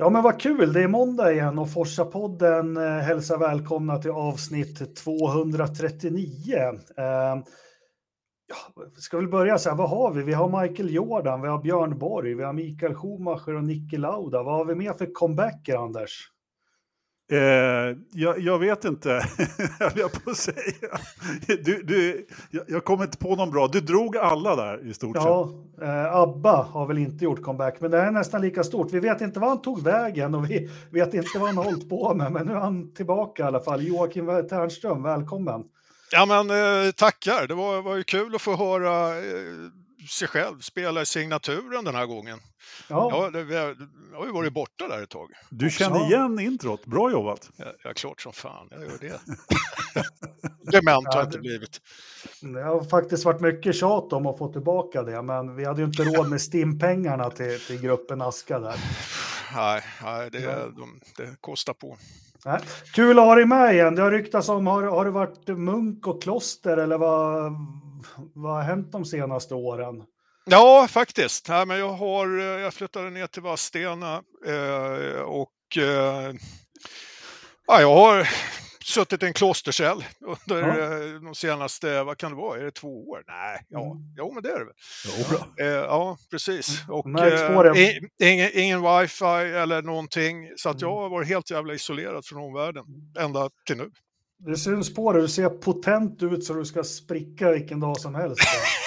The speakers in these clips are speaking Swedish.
Ja, men vad kul, det är måndag igen och Forsa-podden hälsar välkomna till avsnitt 239. Ska väl börja så här, vad har vi? Vi har Michael Jordan, vi har Björn Borg, vi har Mikael Schumacher och Niki Lauda. Vad har vi mer för comebacker, Anders? Jag vet inte, höll jag på att säga. Jag kommer inte på någon bra. Du drog alla där i stort sett. Ja, ABBA har väl inte gjort comeback, men det är nästan lika stort. Vi vet inte vad han tog vägen och vi vet inte vad han har hållit på med, men nu är han tillbaka i alla fall. Joakim Ternström, välkommen. Ja, men tackar. Det var ju kul att få höra sig själv spela i signaturen den här gången. Ja, jag har ju varit borta där ett tag. Du känner igen introt. Bra jobbat. Ja, klart som fan. Jag gör det. Dement har inte blivit. Det har faktiskt varit mycket tjat om att få tillbaka det, men vi hade ju inte råd med Stim-pengarna till gruppen Aska där. Nej, det kostar på. Nej. Kul att ha dig med igen. Det har ryktats om, har det varit munk och kloster eller vad har hänt de senaste åren? Ja, faktiskt. Nej, men jag flyttade ner till Vadstena och jag har suttit i en klostercell under de senaste, vad kan det vara, är det 2 år? Nej, jo, men det är det väl. Ja, precis. Och ingen wifi eller någonting, så att jag har varit helt jävla isolerad från omvärlden ända till nu. Det syns på det, du ser potent ut så du ska spricka vilken dag som helst.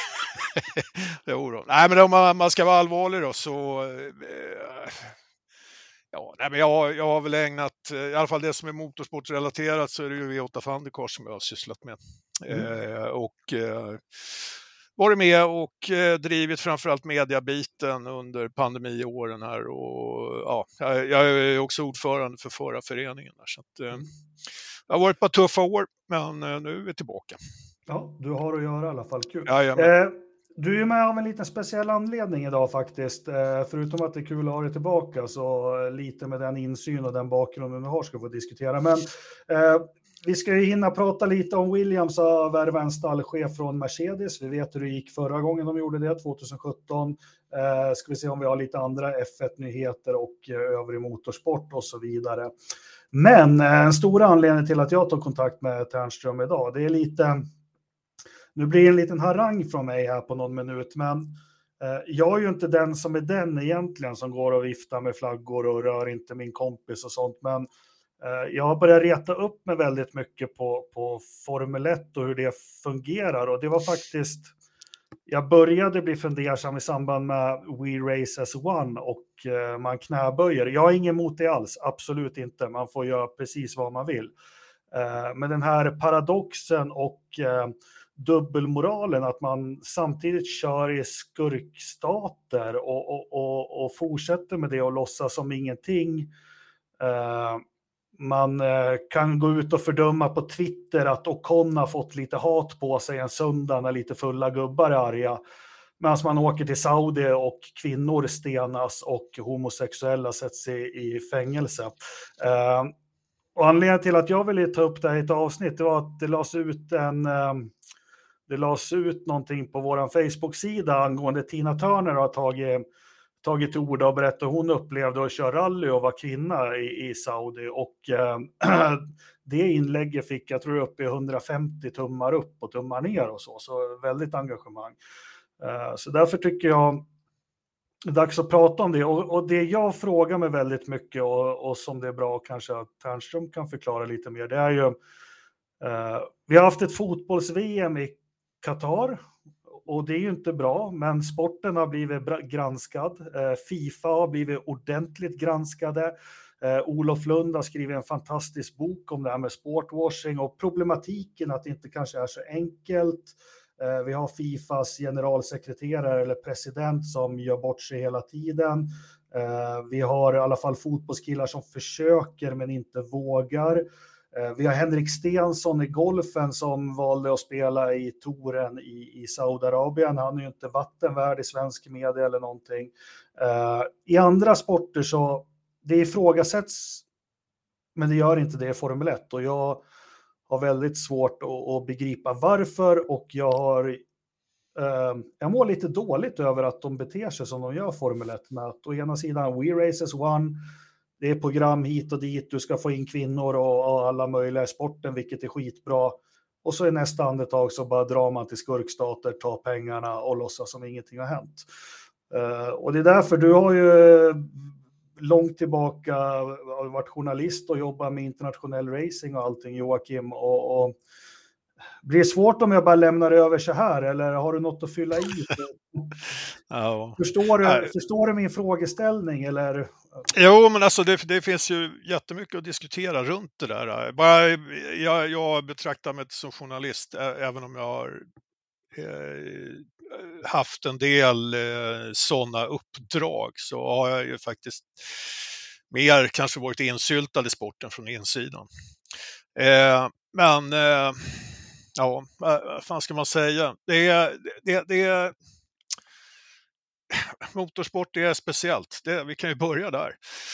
Jo då. Nej, men om man ska vara allvarlig då så... men jag har väl ägnat, i alla fall det som är motorsportrelaterat, så är det ju V8 Thundercars som jag har sysslat med. Varit med och drivit framförallt mediabiten under pandemiåren här. Och jag är också ordförande för förarföreningen där, så att, det har varit ett par tuffa år, men nu är vi tillbaka. Ja, du har att göra i alla fall. Kul. Du är med av en liten speciell anledning idag faktiskt. Förutom att det är kul att ha dig tillbaka, så lite med den insyn och den bakgrunden du har ska få diskutera. Men vi ska ju hinna prata lite om Williams har värvat en stallchef från Mercedes. Vi vet hur det gick förra gången de gjorde det, 2017. Ska vi se om vi har lite andra F1-nyheter och övrig motorsport och så vidare. Men en stor anledning till att jag tar kontakt med Ternström idag, det är lite... Nu blir det en liten harang från mig här på någon minut, men jag är ju inte den som är den egentligen som går och viftar med flaggor och rör inte min kompis och sånt, men jag har börjat reta upp mig väldigt mycket på Formel 1 och hur det fungerar, och det var faktiskt, jag började bli fundersam i samband med We Race as One och man knäböjer. Jag har ingen emot det alls, absolut inte, man får göra precis vad man vill. Men den här paradoxen och dubbelmoralen, att man samtidigt kör i skurkstater och fortsätter med det och låtsas som ingenting. Man kan gå ut och fördöma på Twitter att Ocon har fått lite hat på sig en söndag när lite fulla gubbar är arga, medan man åker till Saudi och kvinnor stenas och homosexuella sätts i fängelse. Och anledningen till att jag ville ta upp det här i ett avsnitt, det var att det lades ut någonting på vår Facebook-sida angående Tina Turner har tagit till orda och berättat hur hon upplevde att köra rally och vara kvinna i Saudi. Och det inlägget fick, jag tror, upp i 150 tummar upp och tummar ner och så väldigt engagemang. Så därför tycker jag det är dags att prata om det. Och det jag frågar mig väldigt mycket och som det är bra kanske att Ternström kan förklara lite mer, det är ju vi har haft ett fotbolls-VM i Qatar och det är ju inte bra, men sporten har blivit granskad. FIFA har blivit ordentligt granskade. Olof Lund har skrivit en fantastisk bok om det här med sportwashing och problematiken att det inte kanske är så enkelt. Vi har FIFAs generalsekreterare eller president som gör bort sig hela tiden. Vi har i alla fall fotbollskillar som försöker men inte vågar. Vi har Henrik Stensson i golfen som valde att spela i touren i Saudiarabien. Han är ju inte vattenvärd i svensk media eller någonting. I andra sporter så det ifrågasätts, men det gör inte det i Formel 1. Och jag har väldigt svårt att begripa varför, och jag mår lite dåligt över att de beter sig som de gör Formel 1 med att å ena sidan We Race as One, det är program hit och dit, du ska få in kvinnor och alla möjliga i sporten, vilket är skitbra. Och så i nästa andetag så bara drar man till skurkstater, tar pengarna och låtsas som ingenting har hänt. Och det är därför du har ju långt tillbaka varit journalist och jobbat med internationell racing och allting, Joakim. Och blir det svårt om jag bara lämnar över så här, eller har du något att fylla i? Ja. Förstår du min frågeställning, eller? Jo, men alltså det finns ju jättemycket att diskutera runt det där. Jag betraktar mig som journalist, även om jag har haft en del sådana uppdrag, så har jag ju faktiskt mer kanske varit insyltad i sporten från insidan. Men ja, vad fan ska man säga? Det är motorsport är speciellt. Vi kan ju börja där.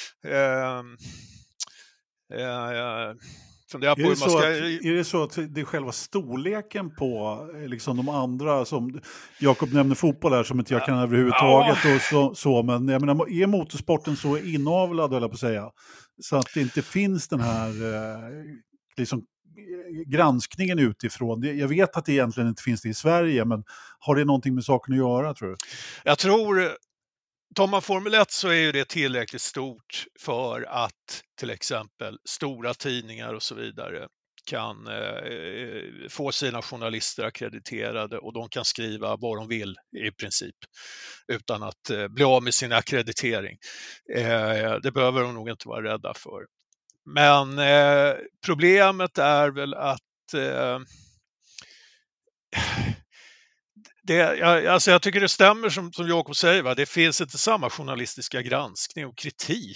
Är det så att det är själva storleken på liksom de andra, som Jakob nämner fotboll här som inte jag kan överhuvudtaget, och så, men jag menar, är motorsporten så inavlad, eller på att säga, så att det inte finns den här liksom granskningen utifrån? Jag vet att det egentligen inte finns det i Sverige, men har det någonting med saken att göra, tror du? Jag tror, tar man Formel 1 så är ju det tillräckligt stort för att till exempel stora tidningar och så vidare kan få sina journalister akkrediterade, och de kan skriva vad de vill i princip utan att bli av med sin akkreditering. Det behöver de nog inte vara rädda för. Men problemet är väl att jag tycker det stämmer som Jakob säger, va? Det finns inte samma journalistiska granskning och kritik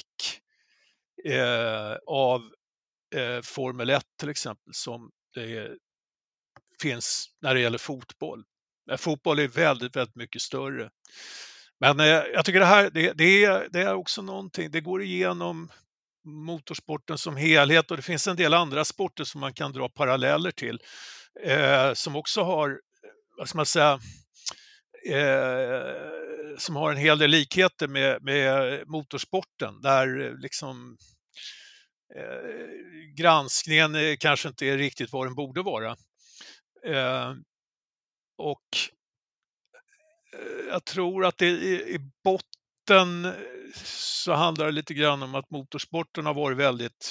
av Formel 1 till exempel som det finns när det gäller fotboll. Fotboll är väldigt, väldigt mycket större. Men jag tycker det här det är också någonting, det går igenom motorsporten som helhet, och det finns en del andra sporter som man kan dra paralleller till som också har, vad ska man säga, som har en hel del likheter med motorsporten, där liksom granskningen kanske inte är riktigt vad den borde vara. Och jag tror att det i botten så handlar det lite grann om att motorsporten har varit väldigt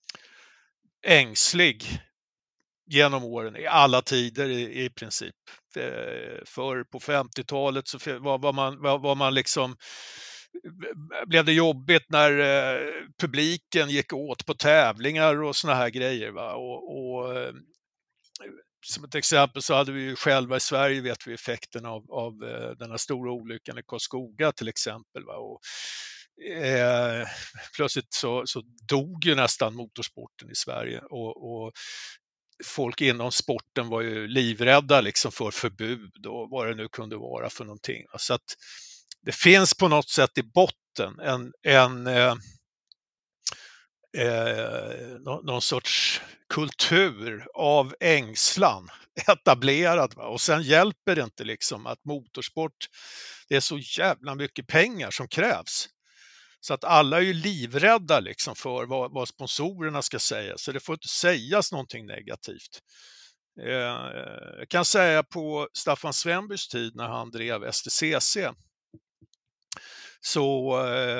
ängslig genom åren, i alla tider i princip. För på 50-talet så var man liksom, blev det jobbigt när publiken gick åt på tävlingar och såna här grejer, va? Och som ett exempel så hade vi ju själva i Sverige, vet vi, effekten av den här stora olyckan i Karlskoga till exempel, va? Och plötsligt så dog ju nästan motorsporten i Sverige, och folk inom sporten var ju livrädda liksom för förbud och vad det nu kunde vara för någonting. Så att det finns på något sätt i botten någon sorts kultur av ängslan etablerad. Och sen hjälper det inte liksom att motorsport, det är så jävla mycket pengar som krävs. Så att alla är ju livrädda liksom för vad sponsorerna ska säga. Så det får inte sägas någonting negativt. Jag kan säga på Staffan Svenbys tid när han drev STCC. Så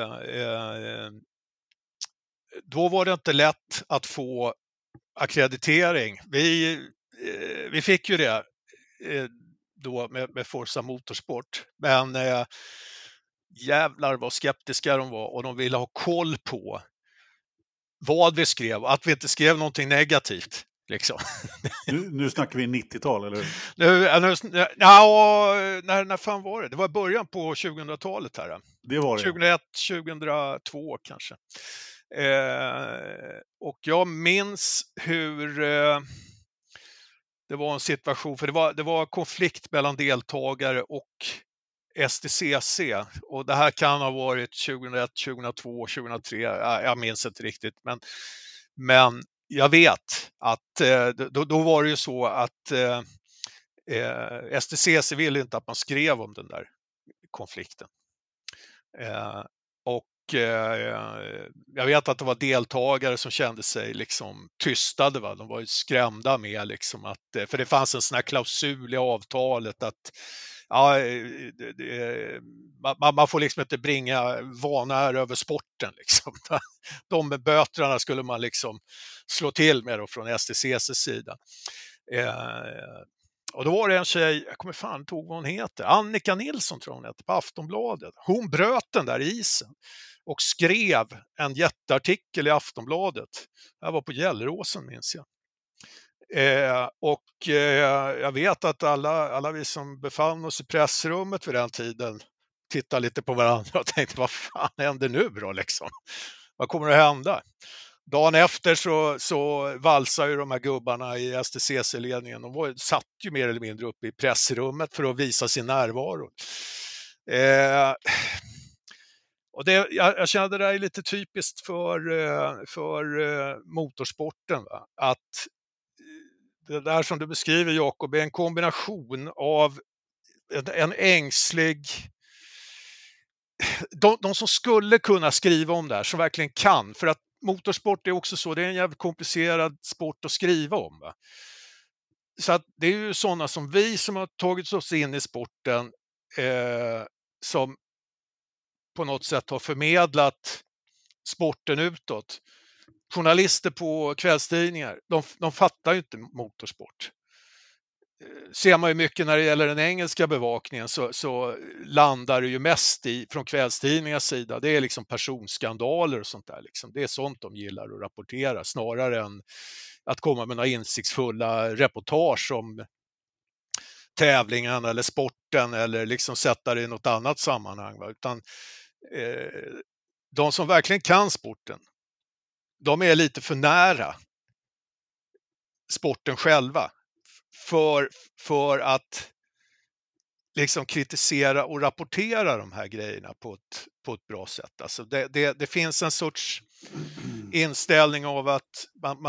då var det inte lätt att få akkreditering. Vi fick ju det då med Forza Motorsport. Men jävlar vad skeptiska de var, och de ville ha koll på vad vi skrev, att vi inte skrev någonting negativt. Liksom. Nu snackar vi 90-tal, eller hur? När fan var det? Det var början på 2000-talet här. Det var det. 2001, 2002 kanske. Och jag minns hur det var en situation, för det var konflikt mellan deltagare och STCC, och det här kan ha varit 2001, 2002, 2003, jag minns inte riktigt, men jag vet att då var det ju så att STCC ville inte att man skrev om den där konflikten. Och jag vet att det var deltagare som kände sig liksom tystade. Va? De var ju skrämda med liksom att, för det fanns en sån här klausul i avtalet att man får liksom inte bringa vanär över sporten. Liksom. De böterna skulle man liksom slå till med då från STC:s sida. Och då var det en tjej, jag kommer fan inte ihåg vad hon heter, Annika Nilsson tror hon heter, på Aftonbladet. Hon bröt den där isen och skrev en jätteartikel i Aftonbladet. Jag var på Gelleråsen minns jag. Jag vet att alla vi som befann oss i pressrummet vid den tiden tittade lite på varandra och tänkte, vad fan händer nu då liksom? Vad kommer att hända? Dagen efter så valsar ju de här gubbarna i STCC-ledningen. De satt ju mer eller mindre uppe i pressrummet för att visa sin närvaro. Och jag känner det där är lite typiskt för motorsporten. Va? Att det där som du beskriver, Jakob, är en kombination av en ängslig... De som skulle kunna skriva om det här, som verkligen kan, för att motorsport är också så, det är en jävligt komplicerad sport att skriva om. Va? Så att det är ju sådana som vi som har tagit oss in i sporten som på något sätt har förmedlat sporten utåt. Journalister på kvällstidningar, de fattar ju inte motorsport. Ser man ju mycket när det gäller den engelska bevakningen så landar det ju mest från kvällstidningars sida. Det är liksom personskandaler och sånt där. Liksom. Det är sånt de gillar att rapportera snarare än att komma med några insiktsfulla reportage om tävlingen eller sporten eller liksom sätta det i något annat sammanhang. Va? Utan de som verkligen kan sporten, de är lite för nära sporten själva för att liksom kritisera och rapportera de här grejerna på ett bra sätt. Alltså det finns en sorts inställning av att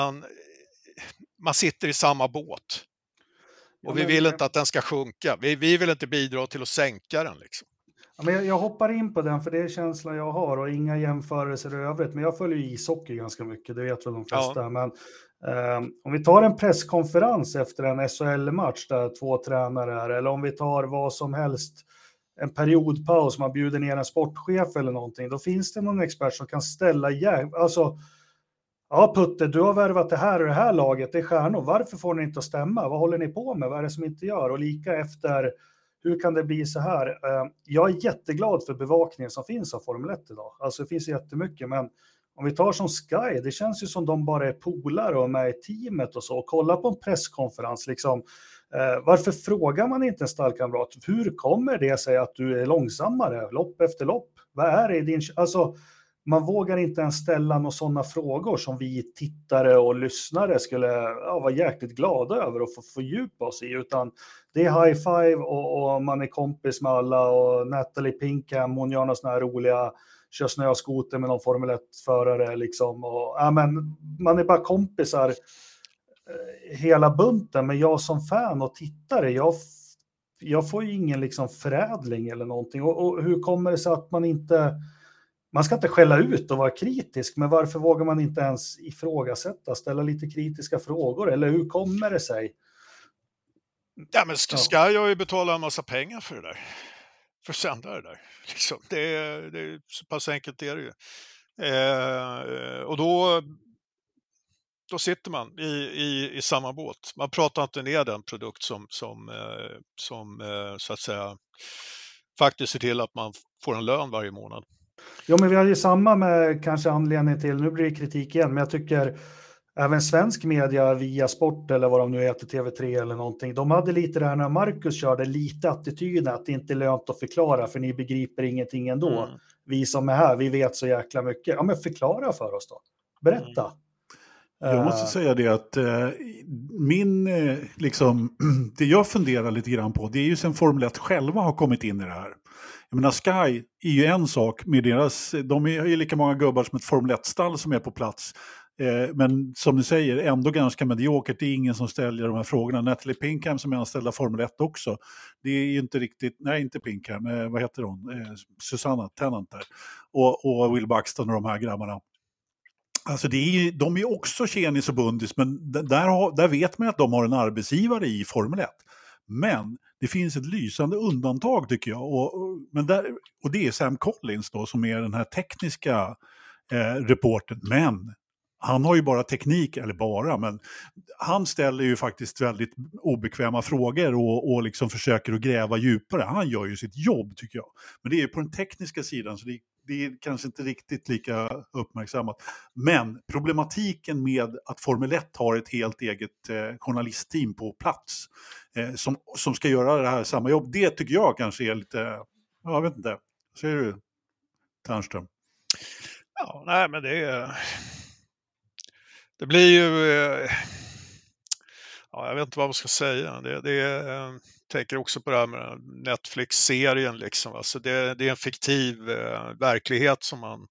man sitter i samma båt. Och vi vill inte att den ska sjunka. Vi vill inte bidra till att sänka den. Liksom. Ja, men jag hoppar in på den för det är känslan jag har och inga jämförelser i övrigt. Men jag följer ju ishockey ganska mycket, det vet väl de flesta. Ja. Men om vi tar en presskonferens efter en SHL-match där 2 tränare är, eller om vi tar vad som helst, en periodpaus, man bjuder ner en sportchef eller någonting, då finns det någon expert som kan ställa alltså, ja Putte, du har värvat det här laget, det är stjärnor, varför får ni inte att stämma? Vad håller ni på med? Vad är det som inte gör? Och lika efter, hur kan det bli så här? Jag är jätteglad för bevakningen som finns av Formel 1 idag. Alltså det finns jättemycket, men om vi tar som Sky, det känns ju som de bara är polare och med i teamet och så. Och kolla på en presskonferens liksom. Varför frågar man inte en stallkamrat? Hur kommer det sig att du är långsammare lopp efter lopp? Vad är det i din... Alltså, man vågar inte ens ställa några sådana frågor som vi tittare och lyssnare skulle vara jäkligt glada över och få fördjupa oss i. Utan det är high five och man är kompis med alla och Natalie Pinkham, hon gör några sådana här roliga, kör snöskoter med någon Formel 1-förare liksom. Och, men man är bara kompisar hela bunten, men jag som fan och tittare, jag får ju ingen liksom förädling eller någonting. Och hur kommer det sig att man ska inte skälla ut och vara kritisk, men varför vågar man inte ens ifrågasätta, ställa lite kritiska frågor, eller hur kommer det sig? Ja, men Sky har ju betalat en massa pengar för det där, för att sända det där. Liksom. Det är så pass enkelt är det ju. Och då sitter man i samma båt. Man pratar inte ner den produkt som så att säga faktiskt ser till att man får en lön varje månad. Ja, men vi har ju samma med kanske anledning till, nu blir det kritik igen, men jag tycker även svensk media via Sport eller vad de nu heter, TV3 eller någonting, de hade lite det här när Marcus körde, lite attityden att det inte är lönt att förklara för ni begriper ingenting ändå. Vi som är här, vi vet så jäkla mycket. Ja, men förklara för oss då. Berätta. Jag måste säga det att liksom, det jag funderar lite grann på, det är ju sen Formel 1 själva har kommit in i det här. Jag menar, Sky är ju en sak med deras, de är ju lika många gubbar som ett Formel 1-stall som är på plats. Men som ni säger, ändå ganska mediokert. Det är ingen som ställer de här frågorna. Natalie Pinkham som är anställd av Formel 1 också. Det är ju inte riktigt, nej inte Pinkham, vad heter hon? Susanna Tennant där. Och Will Buxton och de här grabbarna. Alltså de är också tjenis och bundis, men där vet man att de har en arbetsgivare i Formel 1. Men det finns ett lysande undantag tycker jag. Och det är Sam Collins då som är den här tekniska reportern. Men han har ju bara teknik, men han ställer ju faktiskt väldigt obekväma frågor och liksom försöker att gräva djupare. Han gör ju sitt jobb tycker jag. Men det är ju på den tekniska sidan så det är kanske inte riktigt lika uppmärksammat. Men problematiken med att Formel 1 har ett helt eget journalistteam på plats som ska göra det här samma jobb, det tycker jag kanske är lite, jag vet inte. Säger du, Ternström? Ja, nej men det blir ju, ja, jag vet inte vad man ska säga. Tänker också på det här med Netflix-serien liksom. Alltså det är en fiktiv verklighet som man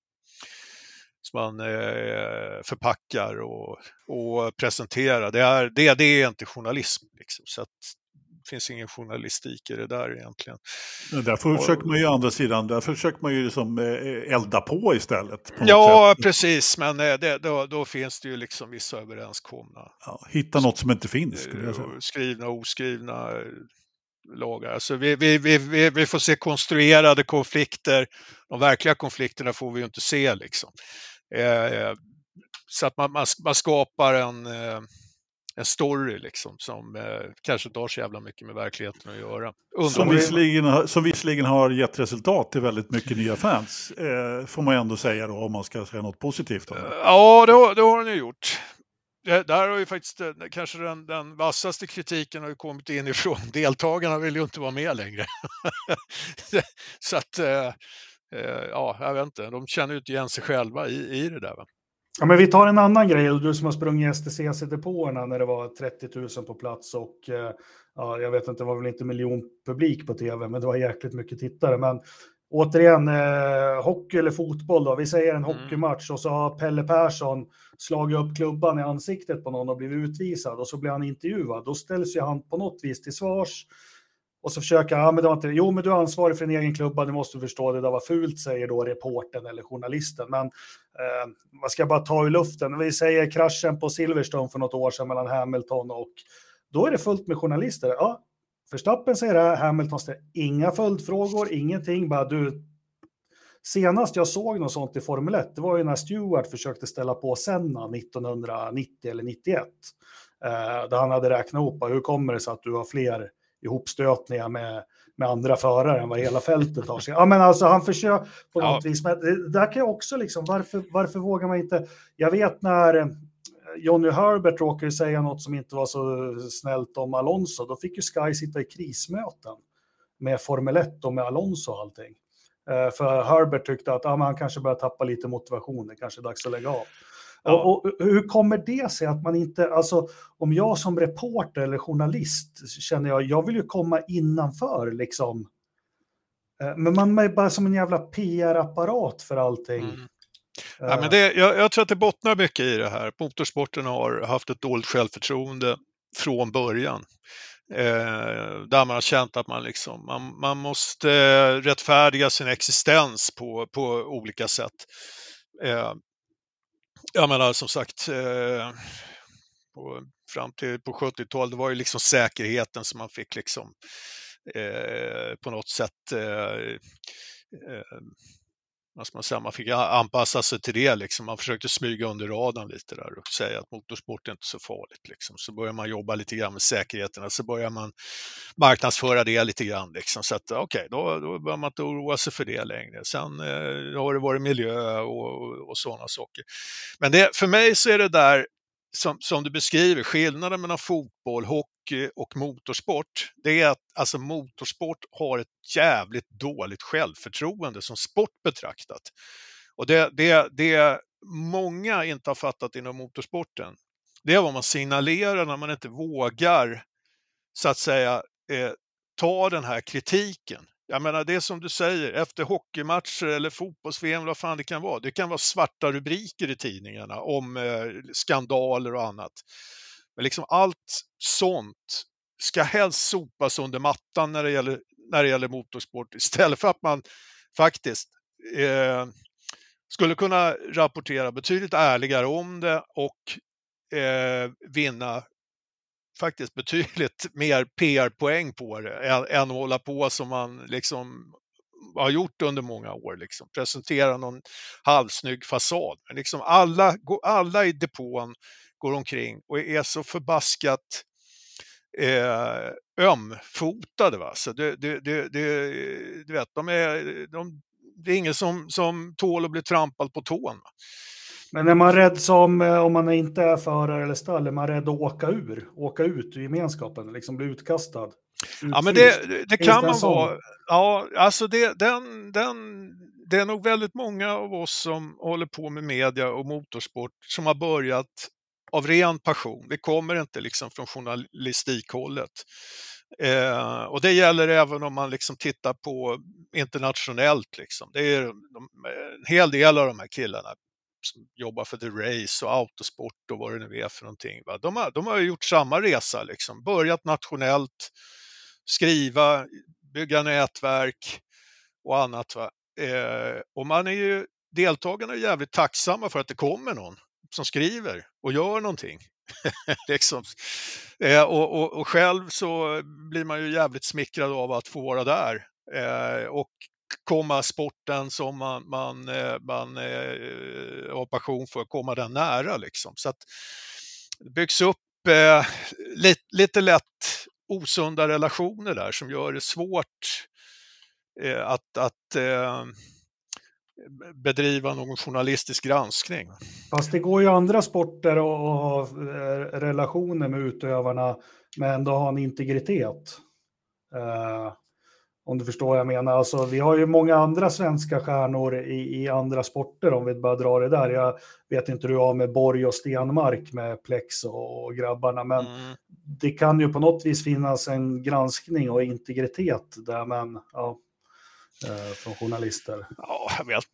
förpackar och presenterar. Det är inte journalism liksom. Så att det finns ingen journalistik i det där egentligen. Därför försöker man ju andra sidan, där försöker man ju liksom elda på istället. På ja, precis, men då finns det ju liksom vissa överenskomna. Ja, hitta något som inte finns, skulle jag säga. Skrivna och oskrivna lagar. Alltså vi får se konstruerade konflikter. De verkliga konflikterna får vi ju inte se liksom. Så att man skapar en story liksom som kanske inte har så jävla mycket med verkligheten att göra. Som visserligen har gett resultat till väldigt mycket nya fans, får man ändå säga då, om man ska säga något positivt om det. Ja, det har den ju gjort. Där har ju faktiskt kanske den vassaste kritiken har ju kommit inifrån. Deltagarna vill ju inte vara med längre. Så att, ja, jag vet inte. De känner ju inte igen sig själva i det där, va? Ja, men vi tar en annan grej. Du som har sprungit STCC-depåerna när det var 30 000 på plats och ja, jag vet inte, det var väl inte miljonpublik på tv, men det var jäkligt mycket tittare. Men återigen, hockey eller fotboll då. Vi säger en hockeymatch och så har Pelle Persson slagit upp klubban i ansiktet på någon och blivit utvisad och så blir han intervjuad. Då ställs ju han på något vis till svars. Och så försöker han, men du är ansvarig för din egen klubba, du måste förstå det där var fult, säger då reporten eller journalisten. Men vad ska jag bara ta i luften? Vi säger kraschen på Silverstone för något år sedan mellan Hamilton och då är det fullt med journalister. Ja, Verstappen säger det här, Hamilton ställer inga följdfrågor, ingenting, bara du. Senast jag såg något sånt i Formel 1, det var ju när Stewart försökte ställa på Senna 1990 eller 91. Där han hade räknat ihop, hur kommer det sig att du har fler ihopstötningar med andra förare än vad hela fältet har sig. Ja, men alltså han försöker på något vis. Men det där kan jag också liksom, varför vågar man inte? Jag vet när Johnny Herbert råkade säga något som inte var så snällt om Alonso. Då fick ju Sky sitta i krismöten med Formel 1 och med Alonso och allting. För Herbert tyckte att han kanske börjar tappa lite motivation. Det kanske är dags att lägga av. Ja. Och hur kommer det sig att man inte, alltså om jag som reporter eller journalist känner jag vill ju komma innanför liksom. Men man är bara som en jävla PR-apparat för allting. Ja, men jag tror att det bottnar mycket i det här. Motorsporten har haft ett dåligt självförtroende från början. Där man har känt att man måste rättfärdiga sin existens på olika sätt. Jag menar som sagt fram till på 70-talet, det var ju liksom säkerheten som man fick liksom på något sätt man fick anpassa sig till det liksom. Man försökte smyga under radarn lite där och säga att motorsport är inte så farligt liksom. Så börjar man jobba lite grann med säkerheterna, så börjar man marknadsföra det lite grann liksom. Så att då börjar man inte oroa sig för det längre. Sen har det varit miljö och sådana saker. Men för mig så är det där som du beskriver, skillnaden mellan fotboll, hockey och motorsport, det är att alltså motorsport har ett jävligt dåligt självförtroende som sport betraktat. Och det många inte har fattat inom motorsporten, det är vad man signalerar när man inte vågar så att säga ta den här kritiken. Jag menar, det är som du säger, efter hockeymatcher eller fotbolls-VM, vad fan det kan vara. Det kan vara svarta rubriker i tidningarna om skandaler och annat. Men liksom allt sånt ska helst sopas under mattan när det gäller motorsport, istället för att man faktiskt skulle kunna rapportera betydligt ärligare om det och vinna faktiskt betydligt mer PR-poäng på det än att hålla på som man liksom har gjort under många år. Liksom. Presentera någon halvsnygg fasad. Men liksom alla i depån går omkring och är så förbaskat ömfotade. Va? Så du vet, det är ingen som tål att bli trampad på tån. Va? Men är man rädd som, om man inte är förare eller stall, är man rädd att åka ut ur gemenskapen, liksom bli utkastad? Ja, men det kan man vara. Ja, alltså det är nog väldigt många av oss som håller på med media och motorsport som har börjat av ren passion. Det kommer inte liksom från journalistikhållet. Och det gäller även om man liksom tittar på internationellt. Liksom. Det är en hel del av de här killarna som jobbar för The Race och Autosport och vad det nu är för någonting. Va? De har gjort samma resa, liksom. Börjat nationellt, skriva, bygga nätverk och annat. Va? Och deltagarna är jävligt tacksamma för att det kommer någon som skriver och gör någonting. liksom. Och själv så blir man ju jävligt smickrad av att få vara där. Och komma sporten som man har passion för, att komma den nära. Liksom. Så att det byggs upp lite lätt osunda relationer där som gör det svårt att bedriva någon journalistisk granskning. Fast det går ju andra sporter att ha relationer med utövarna men ändå ha en integritet. Om du förstår vad jag menar. Alltså, vi har ju många andra svenska stjärnor i andra sporter, om vi bara drar det där. Jag vet inte hur du har med Borg och Stenmark med Plex och grabbarna, men det kan ju på något vis finnas en granskning och integritet där, men ja, från journalister. Ja, jag vet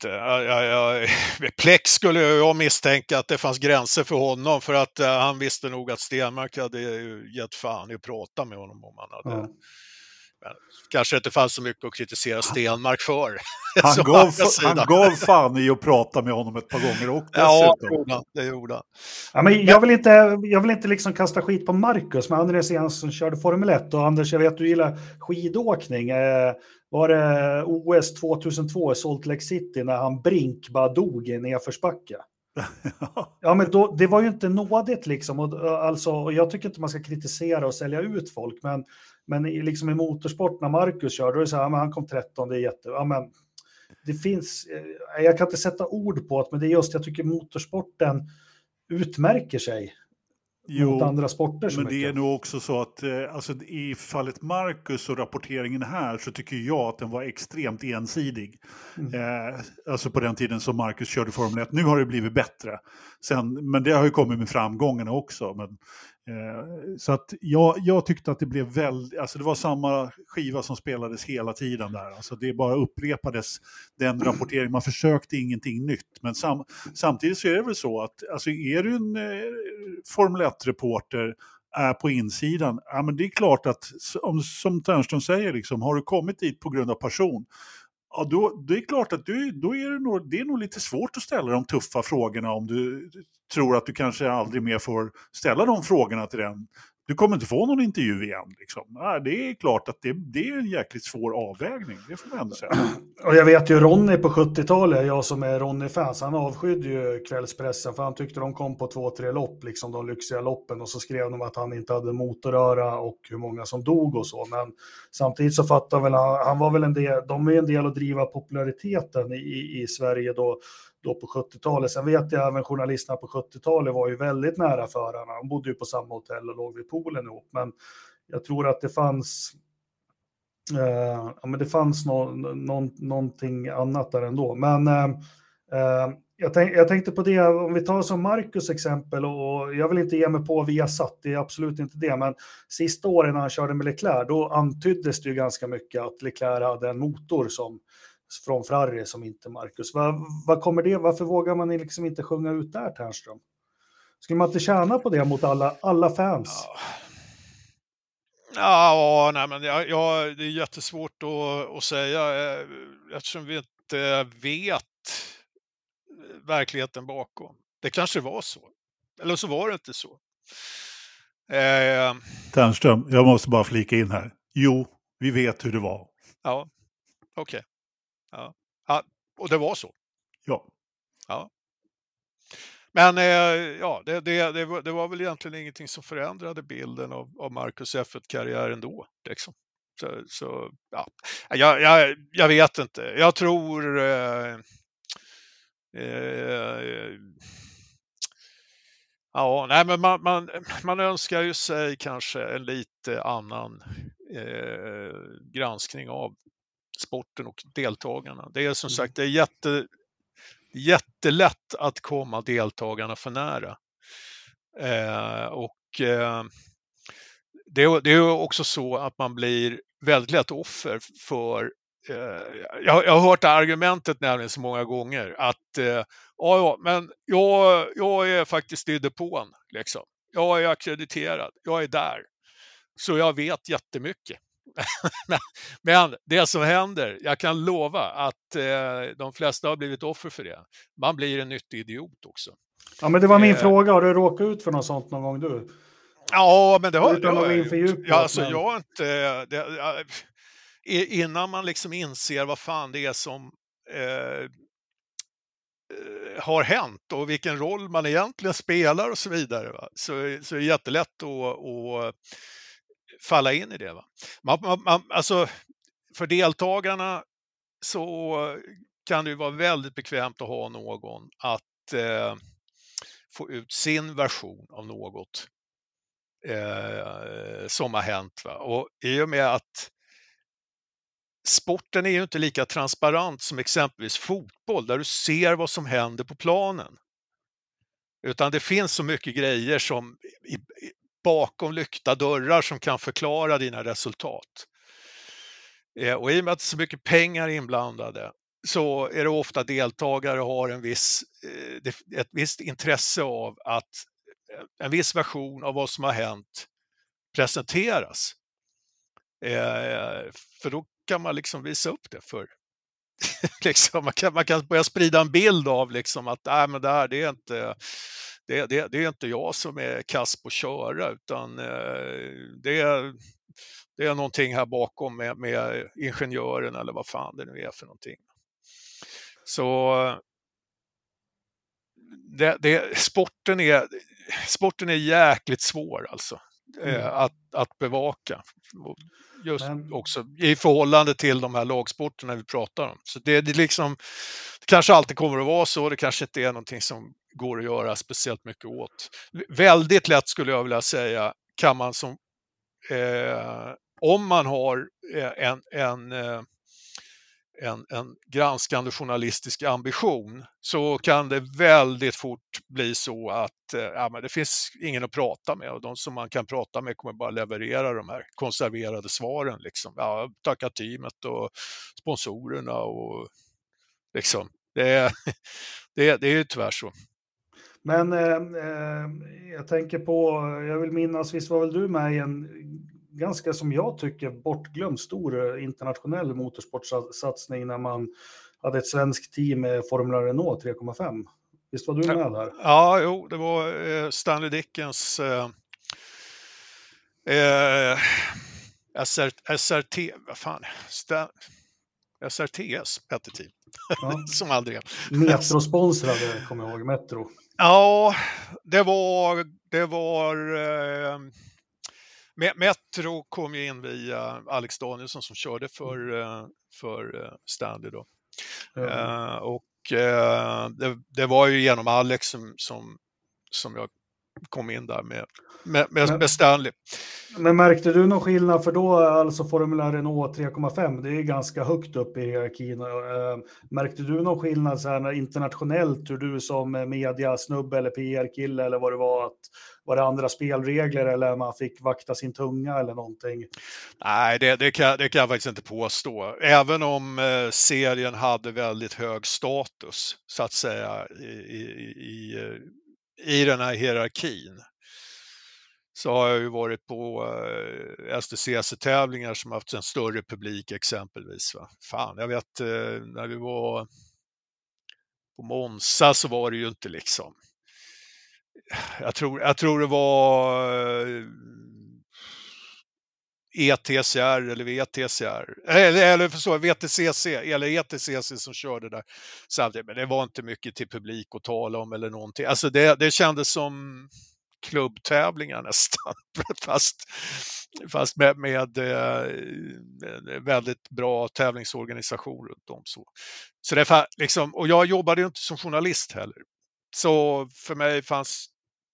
inte. Plex skulle jag misstänka att det fanns gränser för honom, för att han visste nog att Stenmark hade gett fan i att prata med honom om han hade... Ja. Kanske inte fanns så mycket att kritisera Stenmark för. Han gav fan i att prata med honom ett par gånger och dessutom. Ja, det gjorde han. Ja, men jag vill inte liksom kasta skit på Marcus, men Andreas Jens som körde Formel 1, och Anders, jag vet du gillar skidåkning. Var det OS 2002 i Salt Lake City när han Brink bara dog i en nedförsbacke? Ja, men då, det var ju inte nådigt liksom. Och jag tycker inte man ska kritisera och sälja ut folk, men liksom i motorsport när Marcus kör, då är det så här, men han kom 13, det är men det finns, jag kan inte sätta ord på det, men det är just, jag tycker motorsporten utmärker sig mot andra sporter. Men det är nog också så att alltså, i fallet Marcus och rapporteringen här, så tycker jag att den var extremt ensidig. Alltså på den tiden som Marcus körde Formel 1. Nu har det blivit bättre. Men det har ju kommit med framgångarna också. Men, så att jag tyckte att det blev väldigt, alltså det var samma skiva som spelades hela tiden där. Alltså det bara upprepades den rapporteringen. Man försökte ingenting nytt. Men samtidigt så är det väl så att alltså är du en Formel 1-reporter är på insidan, ja, men det är klart att som Ternström säger, liksom, har du kommit dit på grund av passion, ja, då det är klart att det är nog lite svårt att ställa de tuffa frågorna om du tror att du kanske aldrig mer får ställa de frågorna till den. Du kommer inte få någon intervju igen. Liksom. Ja, det är klart att det är en jäkligt svår avvägning, det får man ändå säga. Och jag vet ju Ronny på 70-talet, jag som är Ronny-fans, han avskydde ju kvällspressen för han tyckte de kom på 2-3 lopp, liksom de lyxiga loppen, och så skrev de att han inte hade motorröra och hur många som dog och så. Men samtidigt så fattar väl han var väl en del, de är en del att driva populariteten i Sverige då på 70-talet. Sen vet jag även journalisterna på 70-talet var ju väldigt nära förarna. De bodde ju på samma hotell och låg vid poolen ihop. Men jag tror att det fanns någonting annat där ändå. Men Jag tänkte på det, om vi tar som Marcus exempel, och jag vill inte ge mig på Viasat, det är absolut inte det, men sista åren när han körde med Leclerc, då antyddes det ju ganska mycket att Leclerc hade en motor från Ferrari som inte Marcus. Vad kommer det, varför vågar man liksom inte sjunga ut där, Ternström? Skulle man inte tjäna på det mot alla fans? Ja, nej, men det är jättesvårt att säga eftersom vi inte vet verkligheten bakom. Det kanske var så. Eller så var det inte så. Ternström, jag måste bara flika in här. Jo, vi vet hur det var. Ja, okej. Ja. Ja, och det var så. Ja. Ja. Men ja, det var väl egentligen ingenting som förändrade bilden av Marcus F1-karriär ändå. Liksom. Så ja. Jag vet inte. Jag tror... ja, nej, men man önskar ju sig kanske en lite annan granskning av sporten och deltagarna. Det är som sagt, det är jättelätt att komma deltagarna för nära. Det är också så att man blir väldigt lätt offer för jag har hört argumentet nämligen så många gånger att men jag är faktiskt i depån liksom. Jag är akkrediterad, jag är där. Så jag vet jättemycket. Men det som händer, jag kan lova att de flesta har blivit offer för det. Man blir en nyttig idiot också. Ja, men det var min fråga. Har du råkat ut för något sånt någon gång du? Ja, men det har jag. Alltså, jag har inte... innan man liksom inser vad fan det är som har hänt och vilken roll man egentligen spelar och så vidare, va? Så är det jättelätt att falla in i det. Va? Alltså, för deltagarna så kan det ju vara väldigt bekvämt att ha någon att få ut sin version av något som har hänt. Va? Och i och med att sporten är ju inte lika transparent som exempelvis fotboll där du ser vad som händer på planen. Utan det finns så mycket grejer som bakom lyckta dörrar som kan förklara dina resultat. Och i och med att det är så mycket pengar inblandade så är det ofta deltagare har ett visst intresse av att en viss version av vad som har hänt presenteras. För då kan man liksom visa upp det för liksom, man kan börja sprida en bild av liksom att men det här, det är inte jag som är kass på att köra, utan det är någonting här bakom med ingenjören eller vad fan det nu är för någonting. Så sporten är jäkligt svår alltså att bevaka. Just också i förhållande till de här lagsporterna vi pratar om. Så det är liksom, det kanske alltid kommer att vara så, det kanske inte är någonting som går att göra speciellt mycket åt. Väldigt lätt skulle jag vilja säga kan man som om man har en granskande journalistisk ambition så kan det väldigt fort bli så att men det finns ingen att prata med och de som man kan prata med kommer bara leverera de här konserverade svaren. Liksom. Ja, tacka teamet och sponsorerna och liksom. Det är ju tyvärr så. Men jag tänker på, jag vill minnas, visst var väl du med i en ganska, som jag tycker, bortglömd stor internationell motorsportsatsning när man hade ett svenskt team med Formula Renault 3,5. Visst var du med där? Ja, jo, det var Stanley Dickens SRT, vad fan, SRTS hette team. Ja. Som aldrig. Metro-sponsrade, kommer jag ihåg, Metro. Ja, det var Metro kom ju in via Alex Danielsson som körde för Stanley då. Och det var ju genom Alex som jag kom in där med Stanley. Men märkte du någon skillnad, för då alltså Formula Renault 3,5, det är ganska högt upp i hierarkin. Märkte du någon skillnad så här internationellt, hur du som mediasnubbe eller PR-kille eller vad det var, att var det andra spelregler eller man fick vakta sin tunga eller någonting? Nej, det kan jag faktiskt inte påstå. Även om serien hade väldigt hög status, så att säga, i den här hierarkin, så har jag ju varit på STCC-tävlingar som haft en större publik exempelvis. Va? Fan, jag vet när vi var på Monza så var det ju inte liksom. Jag tror det var ETCR eller VTCR eller så VTCC eller ETCC som körde där samtidigt, men det var inte mycket till publik att tala om eller någonting. Alltså det kändes som klubbtävlingar nästan, fast med väldigt bra tävlingsorganisation runt om så det är liksom, och jag jobbade ju inte som journalist heller, så för mig fanns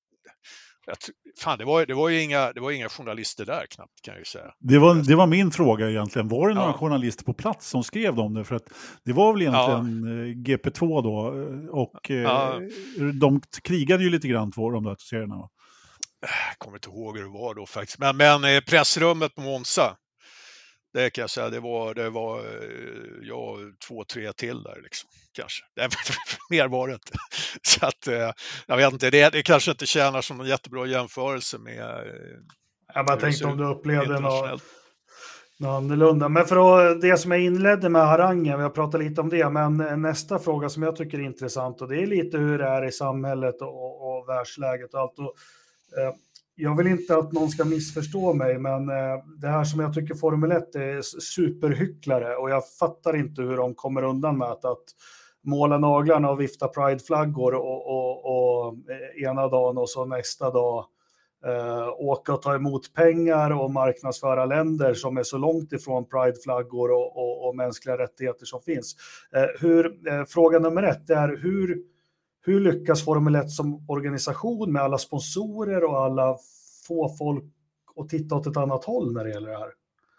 det var ju inga journalister där knappt, kan jag ju säga. Det var min fråga egentligen. Var det några journalister på plats som skrev om det? För att det var väl egentligen GP2 då, och de krigade ju lite grann för de där serierna, va? Jag kommer inte ihåg hur det var då faktiskt. Men pressrummet på Monza, det kan jag säga, det var jag 2-3 till där liksom, kanske. Mer var det inte. Så att jag vet inte, det kanske inte tjänar som en jättebra jämförelse med. Jag bara tänkte om du upplevde något annorlunda. Men för det som jag inledde med harangen, vi har pratat lite om det, men nästa fråga som jag tycker är intressant, och det är lite hur det är i samhället och världsläget och allt. Och, jag vill inte att någon ska missförstå mig, men det här som jag tycker Formel 1 är superhycklare, och jag fattar inte hur de kommer undan med att måla naglarna och vifta prideflaggor och ena dagen och så nästa dag åka och ta emot pengar och marknadsföra länder som är så långt ifrån prideflaggor och mänskliga rättigheter som finns. Fråga nummer 1 är hur lyckas Formel 1 som organisation med alla sponsorer och alla få folk att titta åt ett annat håll när det gäller det här?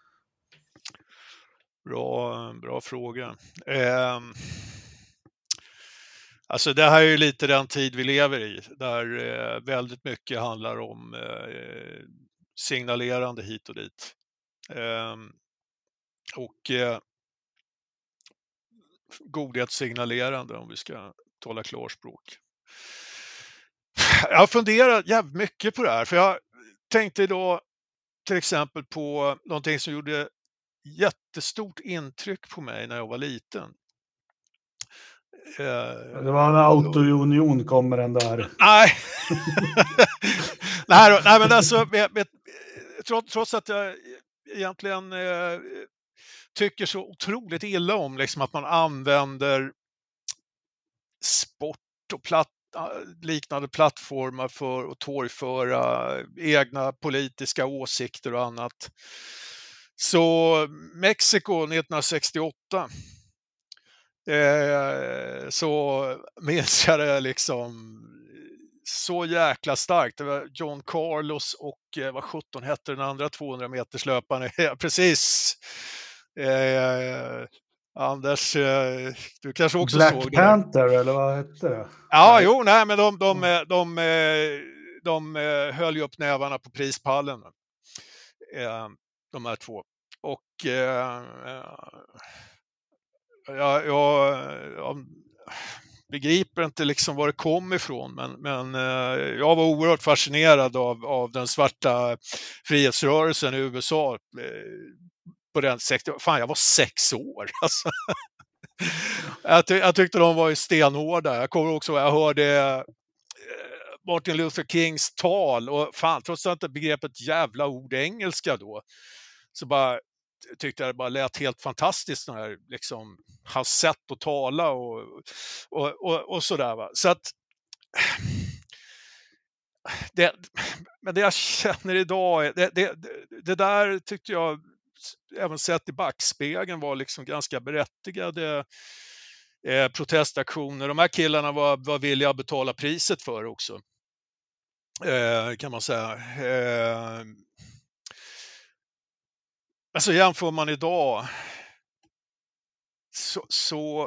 Bra fråga. Alltså det här är ju lite den tid vi lever i, där väldigt mycket handlar om signalerande hit och dit. Och godhetssignalerande, om vi ska tala klarspråk. Jag har funderat jävligt mycket på det här, för jag tänkte då till exempel på någonting som gjorde jättestort intryck på mig när jag var liten. Det var en autounion, kommer den där. Nej. nej, men alltså trots att jag egentligen tycker så otroligt illa om liksom att man använder sport och liknande plattformar för att torgföra egna politiska åsikter och annat. Så Mexiko 1968, så minns jag det liksom så jäkla starkt. Det var John Carlos och vad 17 hette den andra 200 meters löparen. Precis. Anders, du kanske också Black såg det. Black Panther eller vad hette det? Ja, jo, nej, men de höll ju upp nävarna på prispallen. De här två. Och jag begriper inte liksom var det kom ifrån, men jag var oerhört fascinerad av den svarta frihetsrörelsen i USA på den sektorn. Fan, jag var 6 år. Alltså. Jag tyckte de var ju stenhårda. Jag kommer också, jag hörde Martin Luther Kings tal, och fan, trots att jag inte begrep ett jävla ord engelska då, så bara tyckte jag det bara lät helt fantastiskt när jag liksom hans sätt att tala och sådär, va. Så att men det jag känner idag, det där tyckte jag även sett i backspegeln var liksom ganska berättigade protestaktioner. De här killarna var villiga att betala priset för också, kan man säga. alltså jämför man idag så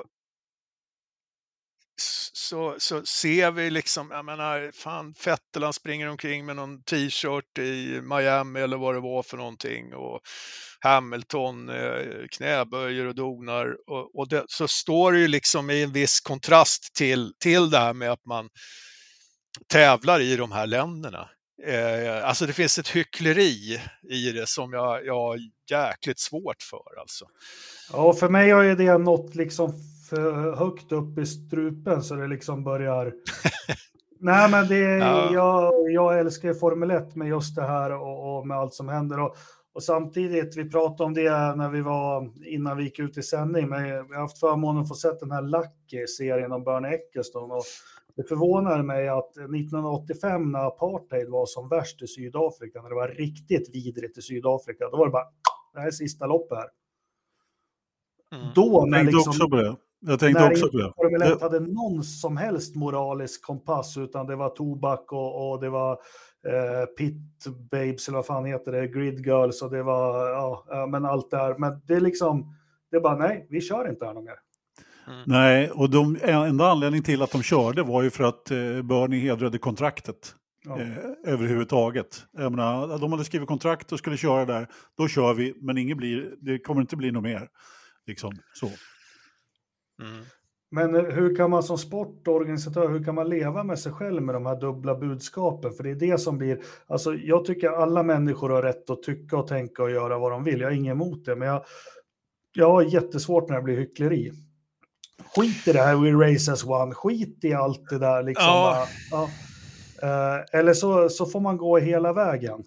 ser vi liksom, jag menar, fan, Vettel springer omkring med någon t-shirt i Miami eller vad det var för någonting, och Hamilton knäböjer och donar, och det, så står det ju liksom i en viss kontrast till det här med att man tävlar i de här länderna. Alltså det finns ett hyckleri i det som jag har jäkligt svårt för alltså. Ja, för mig har ju det nått liksom för högt upp i strupen så det liksom börjar... Nej, men det är, jag älskar Formel 1 med just det här och med allt som händer. Och samtidigt, vi pratade om det när vi var, innan vi gick ut i sändning, men jag har haft förmånen att få sett den här Lucky-serien om Bernie Ecclestone, och det förvånar mig att 1985 när apartheid var som värst i Sydafrika, när det var riktigt vidrigt i Sydafrika, då var det bara, det här är sista loppet här. Då när Jag tänkte också på det. Formel 1 hade någon som helst moralisk kompass, utan det var tobak och det var pit babes eller vad fan heter det, grid girls, och det var men allt där. Men det är liksom, det är bara nej, vi kör inte här någon mer. Nej, och enda anledningen till att de körde var ju för att Bernie hedrade kontraktet. Överhuvudtaget. Jag menar, de hade skrivit kontrakt och skulle köra där, då kör vi, men det kommer inte bli något mer. Liksom så. Men hur kan man som sportorganisatör, hur kan man leva med sig själv med de här dubbla budskapen? För det är det som blir, alltså jag tycker alla människor har rätt att tycka och tänka och göra vad de vill. Jag har inget emot det, men jag har jättesvårt när det blir hyckleri. Skit i det här, we race as one, skit i allt det där liksom. Eller så får man gå hela vägen.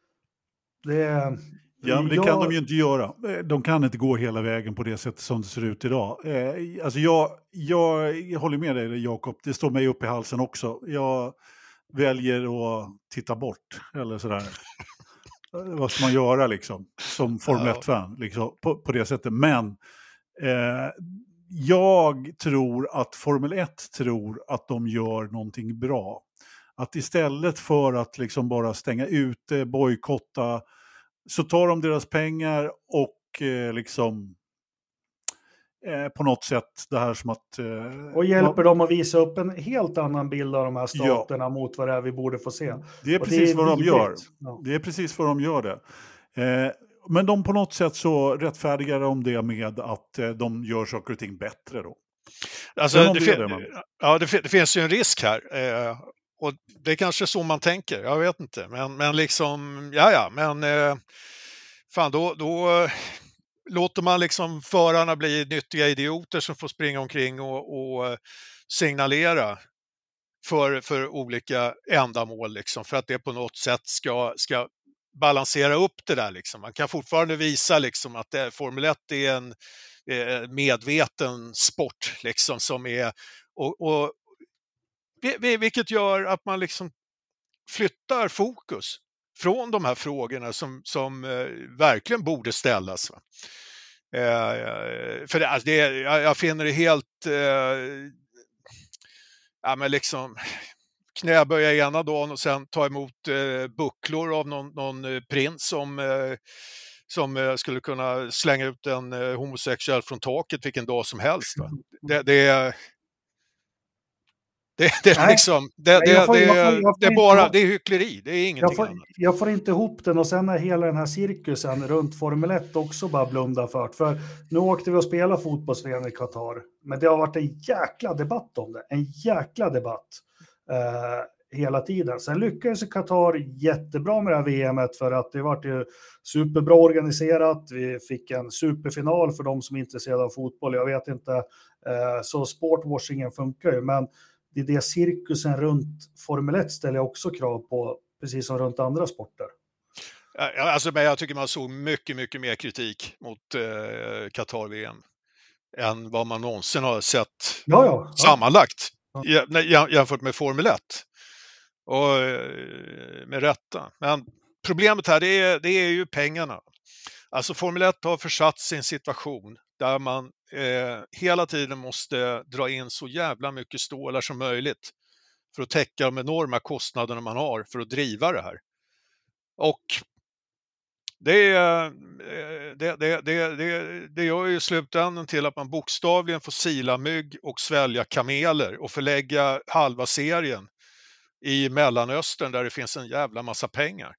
Men det kan de ju inte göra. De kan inte gå hela vägen på det sättet som det ser ut idag. Alltså jag håller med dig, Jakob. Det står mig upp i halsen också. Jag väljer att titta bort. Eller sådär. Vad ska man göra liksom? Som Formel 1-fan. Liksom, på det sättet. Men jag tror att Formel 1 tror att de gör någonting bra. Att istället för att liksom bara stänga ute, bojkotta, så tar de deras pengar och liksom på något sätt det här som att... och hjälper dem att visa upp en helt annan bild av de här staterna mot vad det är vi borde få se. Det är precis vad de gör. Ja. Det är precis vad de gör det. Men de på något sätt så rättfärdigar de det med att de gör saker och ting bättre då. Alltså, det finns ju en risk här. Och det är kanske så man tänker, jag vet inte. Men liksom, fan då låter man liksom förarna bli nyttiga idioter som får springa omkring och signalera för olika ändamål liksom, för att det på något sätt ska balansera upp det där liksom. Man kan fortfarande visa liksom att Formel 1 är en medveten sport liksom, som är och vilket gör att man liksom flyttar fokus från de här frågorna som verkligen borde ställas. Va? För jag finner det helt men liksom knäböja ena dagen och sen ta emot bucklor av någon prins som skulle kunna slänga ut en homosexuell från taket vilken dag som helst. Va? Det är liksom, det är hyckleri, det är ingenting annat. Jag får inte ihop den, och sen är hela den här cirkusen runt Formel 1 också bara blunda för nu åkte vi och spela fotbolls-VM i Qatar, men det har varit en jäkla debatt om det, hela tiden. Sen lyckades Qatar jättebra med det här VMet för att det var ju superbra organiserat, vi fick en superfinal för de som är intresserade av fotboll, jag vet inte, så sportwashingen funkar ju, men det är det cirkusen runt Formel 1 ställer jag också krav på, precis som runt andra sporter. Alltså, men jag tycker man såg mycket, mycket mer kritik mot Qatar-VM än vad man någonsin har sett sammanlagt jämfört med Formel 1. Och med rätta. Men problemet här det är ju pengarna. Alltså Formel 1 har försatts i en situation där man hela tiden måste dra in så jävla mycket stålar som möjligt för att täcka de enorma kostnaderna man har för att driva det här. Och Det gör ju slutändan till att man bokstavligen får sila mygg och svälja kameler och förlägga halva serien i Mellanöstern där det finns en jävla massa pengar.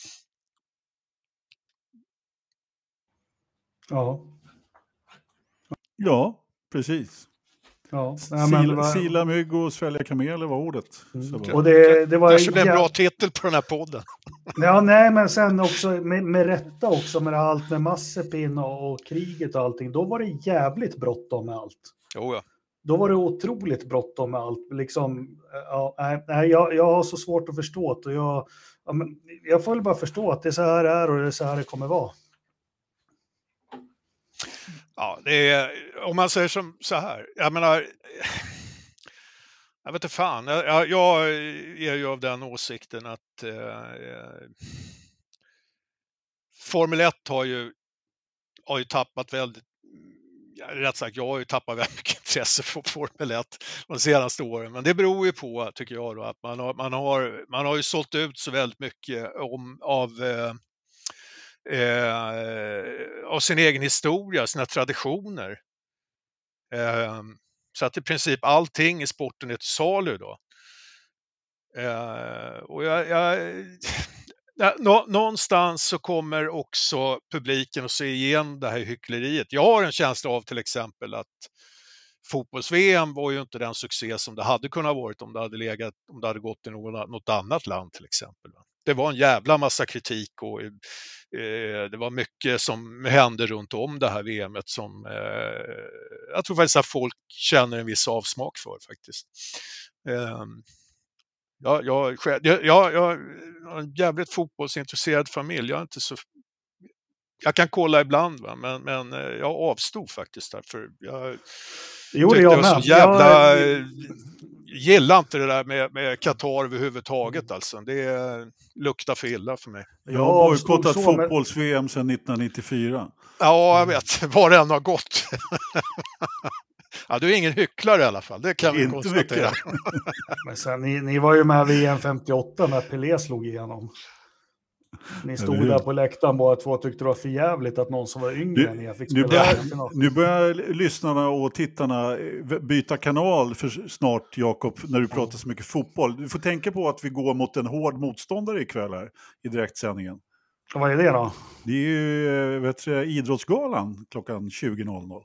Ja, precis. Ja, Sila mygg och svälja kameler var ordet. Och det var kanske blev en bra titel på den här podden. Ja, nej, men sen också med rätta också med allt med Mazepin och kriget och allting. Då var det jävligt bråttom med allt. Jo, ja. Då var det otroligt bråttom med allt. Liksom, jag har så svårt att förstå det. Och jag får väl bara förstå att det är så här det är och det är så här det kommer vara. Ja, det är, om man säger som så här, jag menar, jag vet inte fan, jag är ju av den åsikten att Formel 1 har ju tappat väldigt, rätt sagt, jag har ju tappat väldigt mycket intresse för Formel 1 de senaste åren, men det beror ju på, tycker jag då, att man har ju sålt ut så väldigt mycket av sin egen historia, sina traditioner. Så att i princip allting i sporten är ett salu då. Och någonstans så kommer också publiken att se igen det här hyckleriet. Jag har en känsla av till exempel att fotbolls-VM var ju inte den succé som det hade kunnat varit om det hade gått i något annat land till exempel. Det var en jävla massa kritik och det var mycket som hände runt om det här VMet som jag tror faktiskt att folk känner en viss avsmak för faktiskt. Jag har en jävligt fotbollsintresserad familj. Jag kan kolla ibland, va? Men jag avstod faktiskt därför jag gillar inte det där med Qatar överhuvudtaget alltså. Det luktar för illa för mig. Jag har bojkottat fotbolls-VM sedan 1994. Ja, jag vet. Var det än har gått. Ja, du är ingen hycklare i alla fall, det kan vi konstatera. Men sen, ni var ju med VM 58 när Pelé slog igenom. Ni stod där på läktaren bara två och tyckte det var för jävligt att någon som var yngre än er fick spela. Nu börjar lyssnarna och tittarna byta kanal för snart, Jakob, när du pratar så mycket fotboll. Du får tänka på att vi går mot en hård motståndare ikväll här i direktsändningen. Och vad är det då? Det är ju Idrottsgalan klockan 20.00.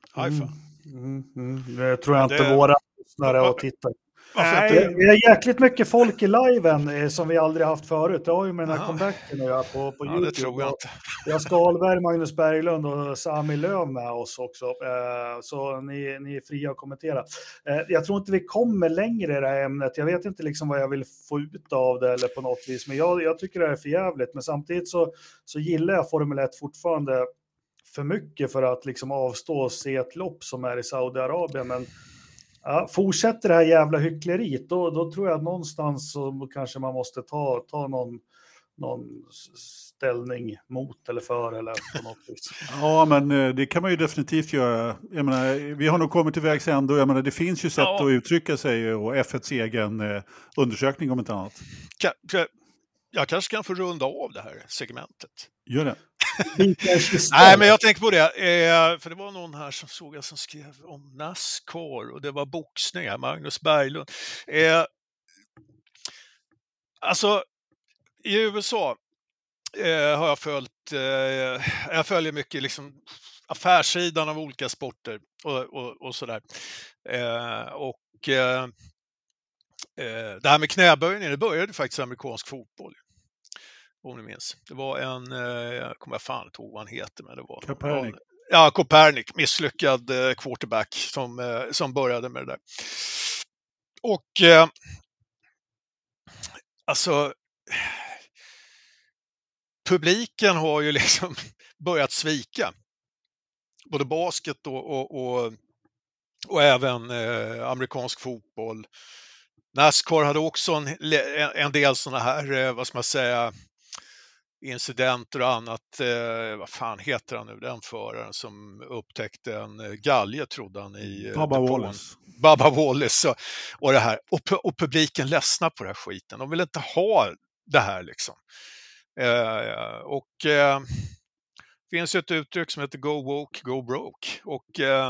Det tror jag inte våra lyssnare och tittare. Vi har jäkligt mycket folk i liven som vi aldrig haft förut. Det har ju med den här comebacken att göra på YouTube. Det tror jag inte. Vi har Skalberg, Magnus Berglund och Sami Löv med oss också. Så ni är fria att kommentera. Jag tror inte vi kommer längre i det här ämnet. Jag vet inte liksom vad jag vill få ut av det eller på något vis. Men jag tycker det är för jävligt. Men samtidigt så gillar jag Formel 1 fortfarande för mycket för att liksom avstå och se ett lopp som är i Saudiarabien. Men fortsätter det här jävla hyckleriet, då tror jag att någonstans så kanske man måste ta någon ställning mot eller för eller på något vis. Ja, men det kan man ju definitivt göra. Jag menar, vi har nog kommit till vägs ände. Jag menar, det finns ju sätt att uttrycka sig och F1:s egen undersökning om inte annat. Jag kanske kan få runda av det här segmentet. Gör det. Nej, men jag tänker på det. För det var någon här som skrev om NASCAR och det var boxning, Magnus Berglund. Alltså, i USA har jag följt, jag följer mycket liksom affärssidan av olika sporter och sådär. Det här med knäböjning, det började faktiskt amerikansk fotboll. Om ni minns. Det var jag kommer fan inte ihåg vad han heter, men det var Copernic. Copernic, misslyckad quarterback som började med det där. Och alltså publiken har ju liksom börjat svika både basket och även amerikansk fotboll. NASCAR hade också en del såna här, vad ska man säga, incidenter och annat. Vad fan heter han nu, den föraren som upptäckte en galge, trodde han, i Bubba Wallace och det här. Och publiken ledsnar på den här skiten. De vill inte ha det här liksom. Och finns ju ett uttryck som heter go woke, go broke. Och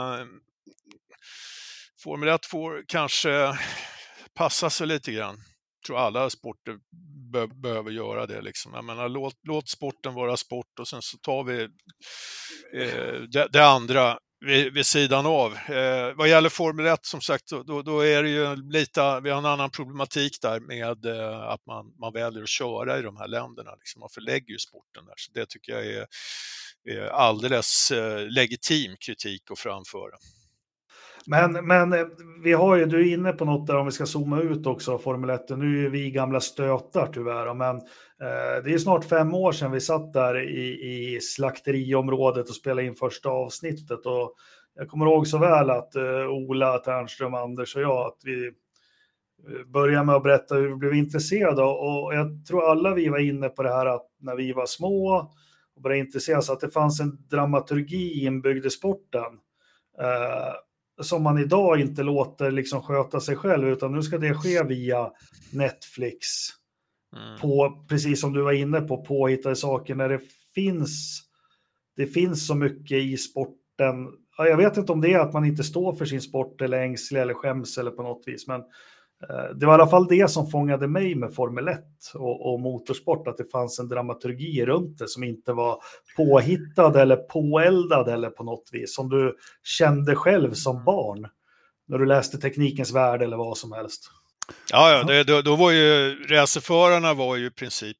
Formel 1 får kanske passa sig lite grann. Jag tror alla sporter behöver göra det. Liksom. Jag menar, låt sporten vara sport och sen så tar vi det andra vid sidan av. Vad gäller Formel 1 som sagt, då är det ju lite, vi har en annan problematik där med att man väljer att köra i de här länderna. Liksom. Man förlägger ju sporten där. Så det tycker jag är alldeles legitim kritik att framföra. Men vi har ju, du är inne på något där om vi ska zooma ut också Formel 1. Nu är vi gamla stötar tyvärr, men det är snart 5 år sedan vi satt där i slakteriområdet och spelade in första avsnittet, och jag kommer ihåg så väl att Ola Ternström, Anders och jag, att vi började med att berätta hur vi blev intresserade, och jag tror alla vi var inne på det här att när vi var små och började intressera så att det fanns en dramaturgi inbyggd i sporten som man idag inte låter liksom sköta sig själv, utan nu ska det ske via Netflix. På, precis som du var inne på, påhittade saker när det finns så mycket i sporten. Jag vet inte om det är att man inte står för sin sport eller ängslig eller skäms eller på något vis, men det var i alla fall det som fångade mig med Formel 1 och motorsport, att det fanns en dramaturgi runt det som inte var påhittad eller påeldad eller på något vis, som du kände själv som barn när du läste Teknikens värld eller vad som helst. Ja, då var ju racerförarna var ju i princip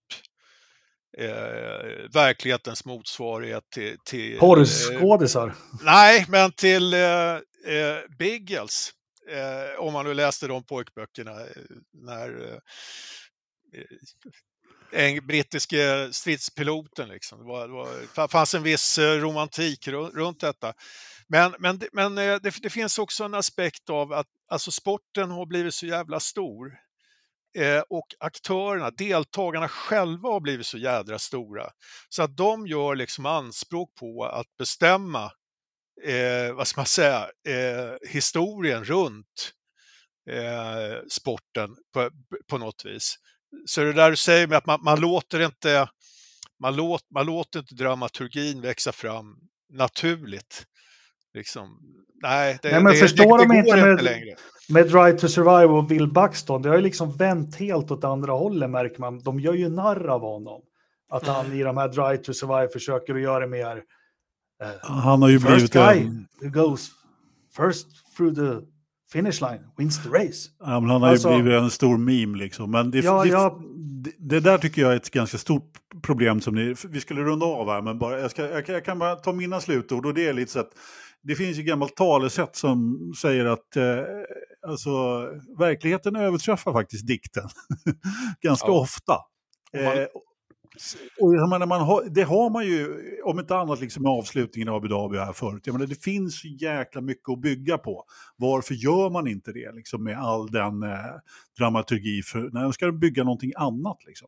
verklighetens motsvarighet till porrskådisar. Nej, men till Biggles. Om man nu läste de pojkböckerna när brittiske stridspiloten liksom. Det fanns en viss romantik runt detta. Men det finns också en aspekt av att alltså sporten har blivit så jävla stor och aktörerna, deltagarna själva har blivit så jädra stora så att de gör liksom anspråk på att bestämma vad ska man säga, historien runt sporten på något vis. Så det där du säger med att man låter inte dramaturgin växa fram naturligt. Liksom. Nej, det går inte längre. Med Drive to Survive och Will Buxton, det har ju liksom vänt helt åt andra hållet, märker man. De gör ju narr av honom. Att han i de här Drive to Survive försöker att göra det mer han har ju blivit guy who goes first through the finish line wins the race. Ja, men han har ju blivit en stor meme liksom. Men det där tycker jag är ett ganska stort problem som vi skulle runda av här, men bara, jag kan bara ta mina slutord, och det är lite så att det finns ju gammalt talesätt som säger att alltså, verkligheten överträffar faktiskt dikten ganska ofta. Och jag menar, det har man ju om inte annat liksom med avslutningen av Abu Dhabi här förut. Jag menar, det finns ju jäkla mycket att bygga på. Varför gör man inte det liksom, med all den dramaturgi när man ska bygga någonting annat liksom?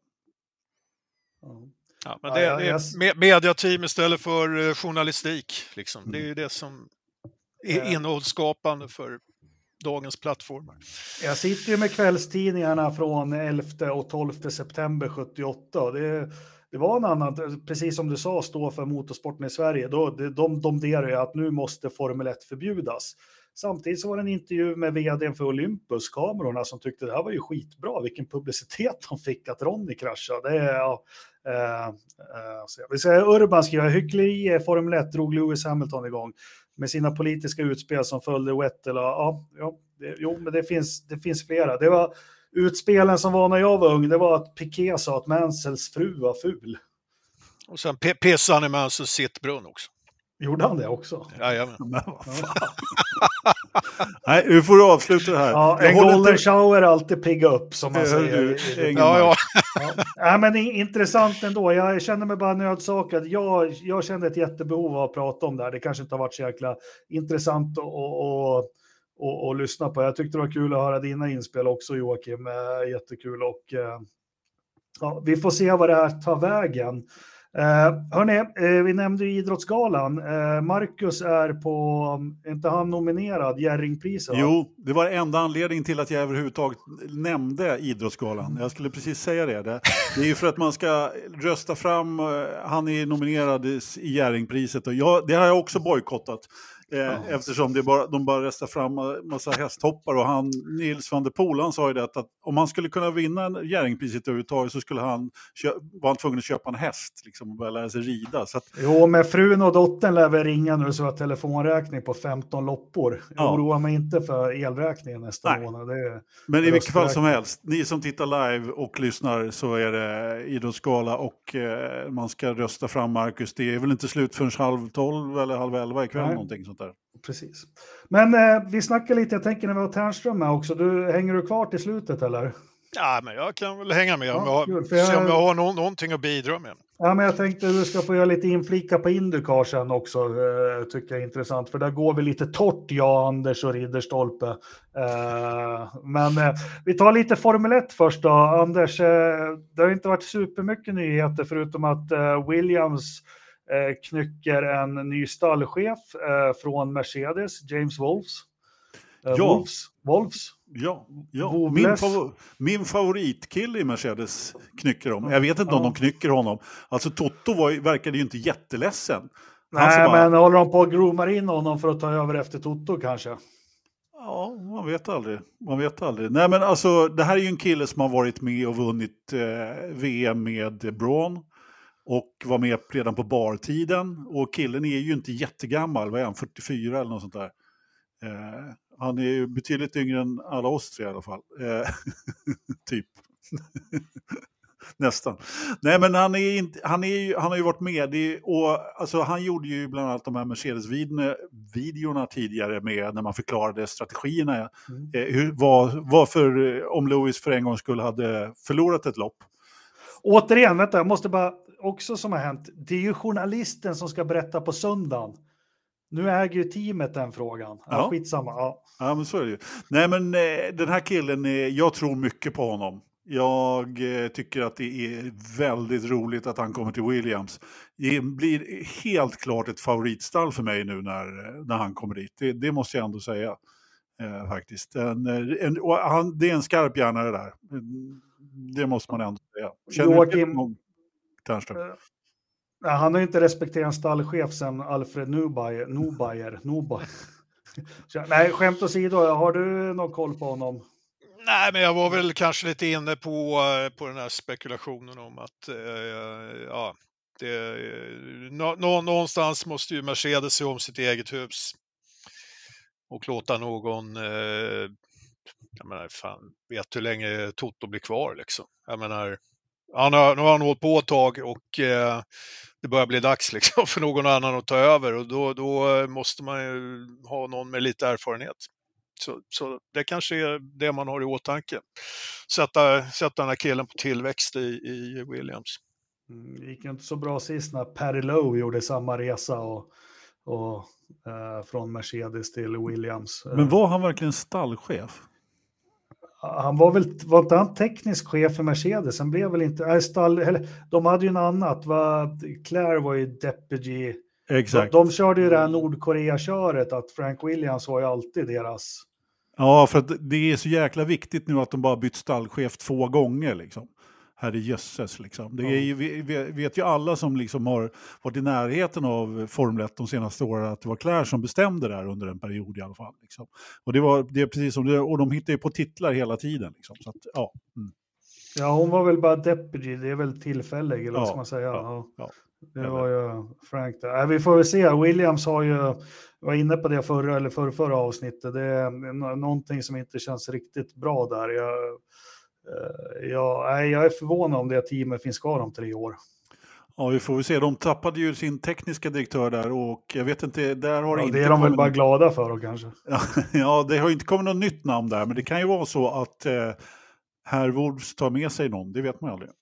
Ja, men det är mediateam istället för journalistik liksom. Det är ju det som är innehållsskapande för dagens plattformar. Jag sitter ju med kvällstidningarna från 11 och 12 september 78. Det var en annan, precis som du sa, stå för motorsporten i Sverige. De domderar ju att nu måste Formel 1 förbjudas. Samtidigt så var det en intervju med vdn för Olympus-kamerorna som tyckte det här var ju skitbra. Vilken publicitet de fick att Ronny kraschade. Urban skriver, hyckleri i Formel 1 drog Lewis Hamilton igång med sina politiska utspel som följde Vettel. Men det finns flera. Det var utspelen som var när jag var ung. Det var att Piquet sa att Mansells fru var ful. Och sen pissade han i Mansells sittbrunn också. Gjorde han det också? Jajamän. Men vad fan. Nej, vi får avsluta det här. Ja, en golden shower är alltid pigga upp, som man säger. Ja, men intressant ändå. Jag känner mig bara nödsakad. Jag kände ett jättebehov av att prata om det här. Det kanske inte har varit så jäkla intressant att lyssna på. Jag tyckte det var kul att höra dina inspel också, Joakim. Jättekul. Och vi får se vad det här tar vägen. Hörrni, vi nämnde ju Idrottsgalan. Marcus är inte han nominerad, Jerringpriset? Jo, det var enda anledningen till att jag överhuvudtaget nämnde Idrottsgalan. Jag skulle precis säga det. Det är ju för att man ska rösta fram, han är nominerad i Jerringpriset. Och det har jag också bojkottat. Eftersom de bara röstar fram massa hästhoppar, och Nils van der Poel, han sa ju det att om han skulle kunna vinna Jerringpriset överhuvudtaget så skulle var han tvungen att köpa en häst liksom, och börja lära sig rida. Så att... Jo, med frun och dottern lär vi ringa nu så har telefonräkning på 15 loppor. Jag oroar mig inte för elräkningen nästa månad. Men i vilket fall som helst, ni som tittar live och lyssnar, så är det Idrottsgala och man ska rösta fram Marcus. Det är väl inte slut förrän 10:30 eller 10:30 ikväll någonting sånt där. Precis. Men vi snackar lite, jag tänker när vi har Ternström med också. Hänger du kvar till slutet eller? Ja, men jag kan väl hänga med se om jag har någonting att bidra med. Ja, men jag tänkte du ska få göra lite inflika på Indycar sen också, tycker jag är intressant. För där går vi lite torrt, jag, Anders och Ridderstolpe. Men vi tar lite Formel 1 först då. Anders, det har inte varit supermycket nyheter förutom att Williams knycker en ny stallchef från Mercedes, James Wolves. Wolves. Ja. Min favoritkille i Mercedes knycker dem. Jag vet inte om de knycker honom. Alltså Toto verkade ju inte jätteledsen. Nej, men håller de på att groomar in honom för att ta över efter Toto kanske? Ja, man vet aldrig. Nej, men alltså det här är ju en kille som har varit med och vunnit VM med Braun. Och var med redan på bartiden. Och killen är ju inte jättegammal. Vad är han? 44 eller något sånt där. Han är ju betydligt yngre än alla oss tre i alla fall. Typ. Nästan. Nej, men han har ju varit med. Och alltså, han gjorde ju bland annat de här Mercedes-videorna tidigare med när man förklarade strategierna. Varför om Lewis för en gång skulle hade förlorat ett lopp. Återigen, vänta, jag måste bara också som har hänt. Det är ju journalisten som ska berätta på söndagen. Nu äger ju teamet den frågan. Ja. Skitsamma. Ja, men så är det ju. Nej, men den här killen, jag tror mycket på honom. Jag tycker att det är väldigt roligt att han kommer till Williams. Det blir helt klart ett favoritstall för mig nu när han kommer dit. Det måste jag ändå säga. Faktiskt. Det är en skarp hjärna där. Det måste man ändå säga. Joakim, han har ju inte respekterat en stallchef sen Alfred Nubayer. Nej, skämt åsido, har du någon koll på honom? Nej, men jag var väl kanske lite inne på den här spekulationen om att någonstans måste ju Mercedes se om sitt eget hus och låta någon jag menar, fan, vet hur länge Toto blir kvar liksom. Jag menar, nu har han hållit på ett tag och det börjar bli dags liksom för någon annan att ta över, och då måste man ju ha någon med lite erfarenhet. Så det kanske är det man har i åtanke. Sätta den här killen på tillväxt i Williams. Det gick inte så bra sist när Perry Lowe gjorde samma resa och från Mercedes till Williams. Men var han verkligen stallchef? Han var inte han teknisk chef för Mercedes? Han blev väl inte de hade ju en annat. Claire var ju deputy. Exakt. De körde ju det här Nordkorea-köret, att Frank Williams var ju alltid deras. Ja, för att det är så jäkla viktigt nu att de bara bytt stallchef 2 gånger liksom. Herrejösses liksom. Det är ju, vi vet ju alla som liksom har varit i närheten av Formel 1 de senaste åren att det var Claire som bestämde där under en period i alla fall. Liksom. Och det är precis som det, och de hittar ju på titlar hela tiden. Liksom. Så att, ja. Mm. Ja, hon var väl bara deputy, det är väl tillfällig, eller vad ska man säga. Ja. Det var ju Frank där. Vi får väl se, Williams var inne på det förra avsnittet. Det är någonting som inte känns riktigt bra där. Jag är förvånad om det teamet finns kvar om 3 år. Ja, vi får väl se. De tappade ju sin tekniska direktör där, och jag vet inte, där har inte det är de väl bara glada för då, kanske. Ja, det har inte kommit något nytt namn där, men det kan ju vara så att herr Wolves tar med sig någon, det vet man aldrig.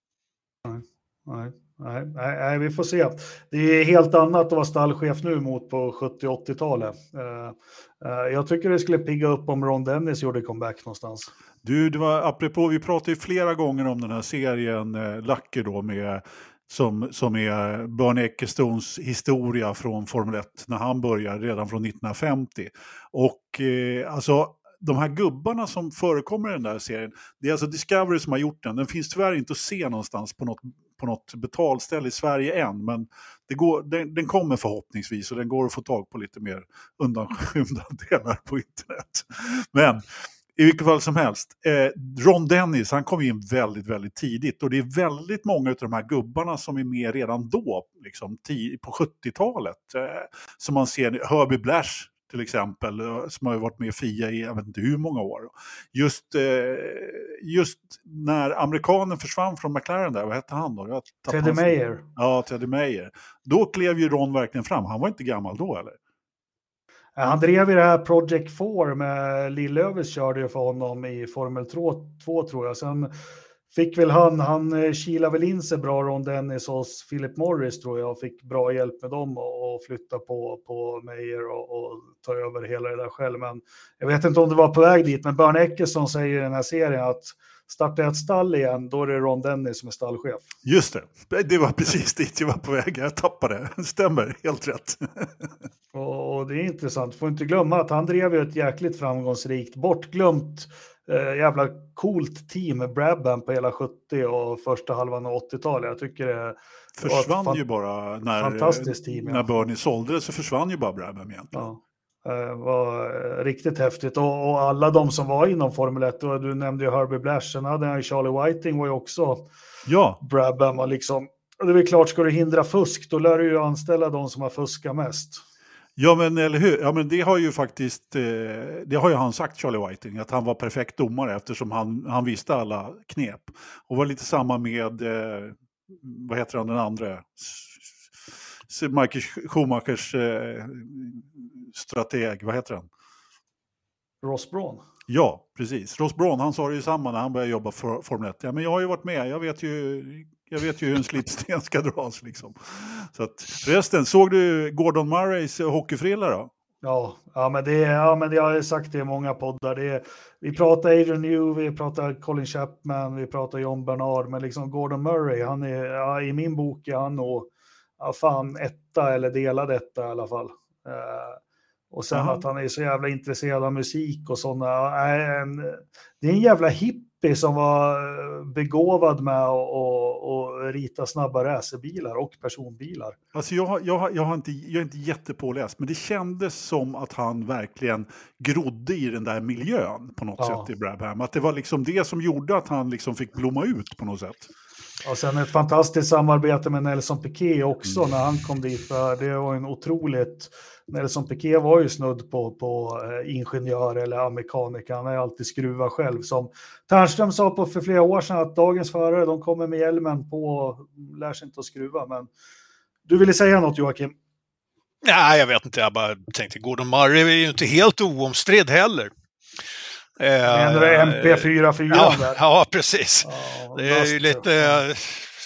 Nej, vi får se. Det är helt annat att vara stallchef nu mot på 70-80-talet. Jag tycker det skulle pigga upp om Ron Dennis gjorde comeback någonstans. Det var apropå, vi pratade ju flera gånger om den här serien Lucky då med som är Bernie Ecclestones historia från Formel 1 när han började redan från 1950. Och alltså de här gubbarna som förekommer i den där serien, det är alltså Discovery som har gjort den. Den finns tyvärr inte att se någonstans på något betalställe i Sverige än, men den kommer förhoppningsvis, och den går att få tag på lite mer undanskymda delar på internet. Men i vilket fall som helst, Ron Dennis, han kom in väldigt, väldigt tidigt, och det är väldigt många av de här gubbarna som är med redan då, liksom på 70-talet, som man ser, Herbie Blash till exempel, som har varit med i FIA i jag vet inte hur många år. Just när amerikanen försvann från McLaren där, vad hette han då? Teddy Mayer. Ja, Teddy Mayer. Då klev ju Ron verkligen fram. Han var inte gammal då, eller? Han drev ju det här Project 4 med Lillövis, körde ju för honom i Formel 2 tror jag. Sen fick väl han kilade väl in sig bra, Ron Dennis hos Philip Morris tror jag, och fick bra hjälp med dem och flytta på Meyer och ta över hela det där själv. Men jag vet inte om det var på väg dit, men Bernie Ecclestone säger i den här serien att starta ett stall igen, då är det Ron Dennis som är stallchef. Just det var precis dit jag var på väg, jag tappade det. Stämmer, helt rätt. Och det är intressant, får inte glömma att han drev ju ett jäkligt framgångsrikt, bortglömt jävla coolt team med Brabham på hela 70 och första halvan av 80-talet. Jag tycker det försvann ju bara fantastiskt team, när Bernie sålde det, så försvann ju bara Brabham egentligen. Ja. Var riktigt häftigt, och alla de som var inom Formel 1, och du nämnde ju Herbie Blash, sen hade han ju Charlie Whiting, var ju också Brabham, och liksom, det är väl klart, ska du hindra fusk, då lär du ju anställa de som har fuskat mest. Ja, men eller hur? Ja, men det har ju faktiskt det har ju han sagt, Charlie Whiting, att han var perfekt domare eftersom han visste alla knep. Och var lite samma med vad heter han den andra? Michael Schumachers strateg, vad heter han? Ross Brawn. Ja, precis. Ross Brawn, han sa det ju samma när han började jobba för Formel 1. Ja, men jag har ju varit med, jag vet ju hur en slipsten ska dras liksom. Så att, resten, såg du Gordon Murrays hockeyfrilla då? Ja, men jag har sagt det i många poddar. Vi pratar Adrian Newey, vi pratar Colin Chapman, vi pratar John Bernard, men liksom Gordon Murray, han är, i min bok är han nog etta eller delad etta i alla fall. Och sen att han är så jävla intresserad av musik och sådana. Det är en jävla hippie som var begåvad med att rita snabba racerbilar och personbilar. Alltså jag är inte jättepåläst, men det kändes som att han verkligen grodde i den där miljön på något sätt i Brabham. Att det var liksom det som gjorde att han liksom fick blomma ut på något sätt. Och sen ett fantastiskt samarbete med Nelson Piquet också när han kom dit. För det var en otroligt... Nelson Piquet var ju snudd på ingenjör eller mekaniker. Han har ju alltid skruvat själv. Som Ternström sa för flera år sedan, att dagens förare, de kommer med hjälmen på och lär sig inte att skruva. Men du ville säga något, Joakim? Nej, jag vet inte. Jag bara tänkte, Gordon Murray är ju inte helt oomstridd heller. Men det är MP44 där. Ja, precis. Ja, det är ju lite,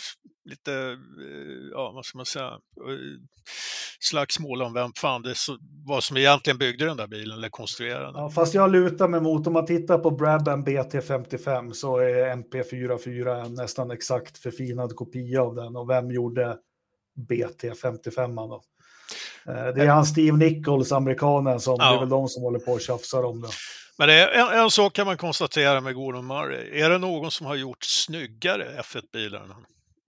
vad ska man säga, slagsmål om vem fan det var som egentligen byggde den där bilen eller konstruerade den. Ja, fast jag lutar mig mot, om man tittar på Brabham BT55 så är MP44 en nästan exakt förfinad kopia av den. Och vem gjorde BT55 då? Det är han Steve Nichols, amerikanen, som det är väl de som håller på och tjafsar om det. Men det är en sak kan man konstatera med Gordon Murray. Är det någon som har gjort snyggare F1-bilar än han?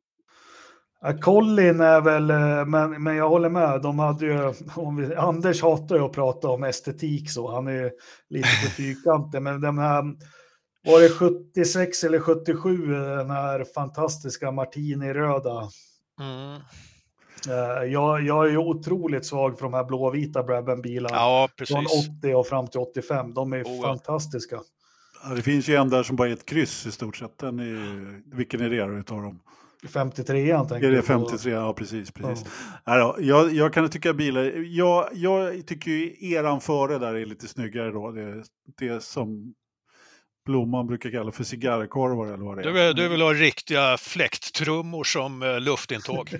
Colin är väl, men jag håller med, de hade ju, Anders hatar ju att prata om estetik så, han är lite för fyrkantig, men den här, var det 76 eller 77, den här fantastiska Martini-röda. Jag är ju otroligt svag för de här blåvita Brabham-bilarna från 80 och fram till 85, de är fantastiska. Ja, det finns ju en där som bara är ett kryss i stort sett, vilken är det du tar dem? 53an tänker jag. Är det 53? Ja, precis. Ja. Jag kan tycka bilar... Jag tycker ju eran före där är lite snyggare då. Det som Blomman brukar kalla för cigarrkorvar eller vad det är. Du vill ha riktiga fläkttrummor som luftintåg.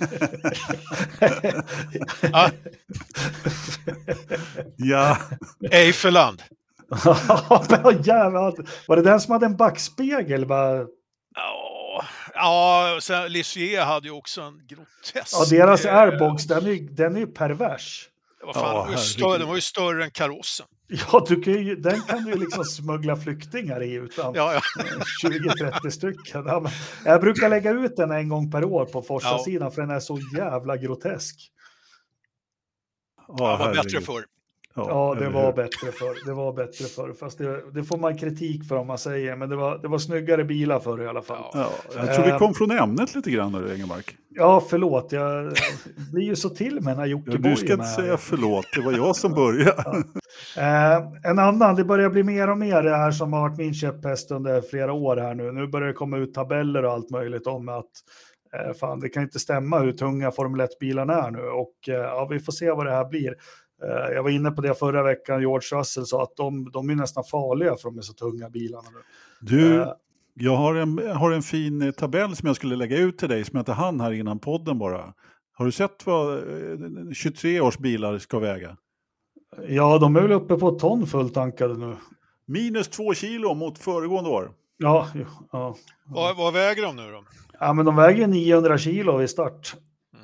Ja. Eifeland. Jävlar. Var det den som hade en backspegel? Ja, sen Ligier hade ju också en grotesk... Ja, deras airbox, den är ju pervers. Vad fan, den var ju större än karossen. Ja, den kan du ju liksom smuggla flyktingar i utan 20-30 stycken. Ja, jag brukar lägga ut den en gång per år på Forsa-sidan för den är så jävla grotesk. Ja, det var bättre förr. Ja, det var bättre förr. Fast det får man kritik för om man säger, men det var snyggare bilar förr i alla fall. Ja, jag tror vi kom från ämnet lite grann nu, Engelmark. Ja, förlåt. Jag blir ju så till med när Jocke Du ska inte säga förlåt, det var jag som började. En annan, det börjar bli mer och mer det här som har varit min käpphäst under flera år här nu. Nu börjar det komma ut tabeller och allt möjligt om att fan, det kan inte stämma hur tunga Formel 1-bilarna är nu. Och vi får se vad det här blir. Jag var inne på det förra veckan, George Russell sa att de är nästan farliga för de är så tunga bilarna nu. Du, jag har en fin tabell som jag skulle lägga ut till dig som jag inte hann här innan podden bara. Har du sett vad 23 års bilar ska väga? Ja, de är väl uppe på ett ton fulltankade nu. Minus 2 kilo mot föregående år. Ja. Vad väger de nu då? Ja, men de väger 900 kilo i start.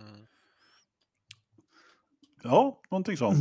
Ja, någonting sånt.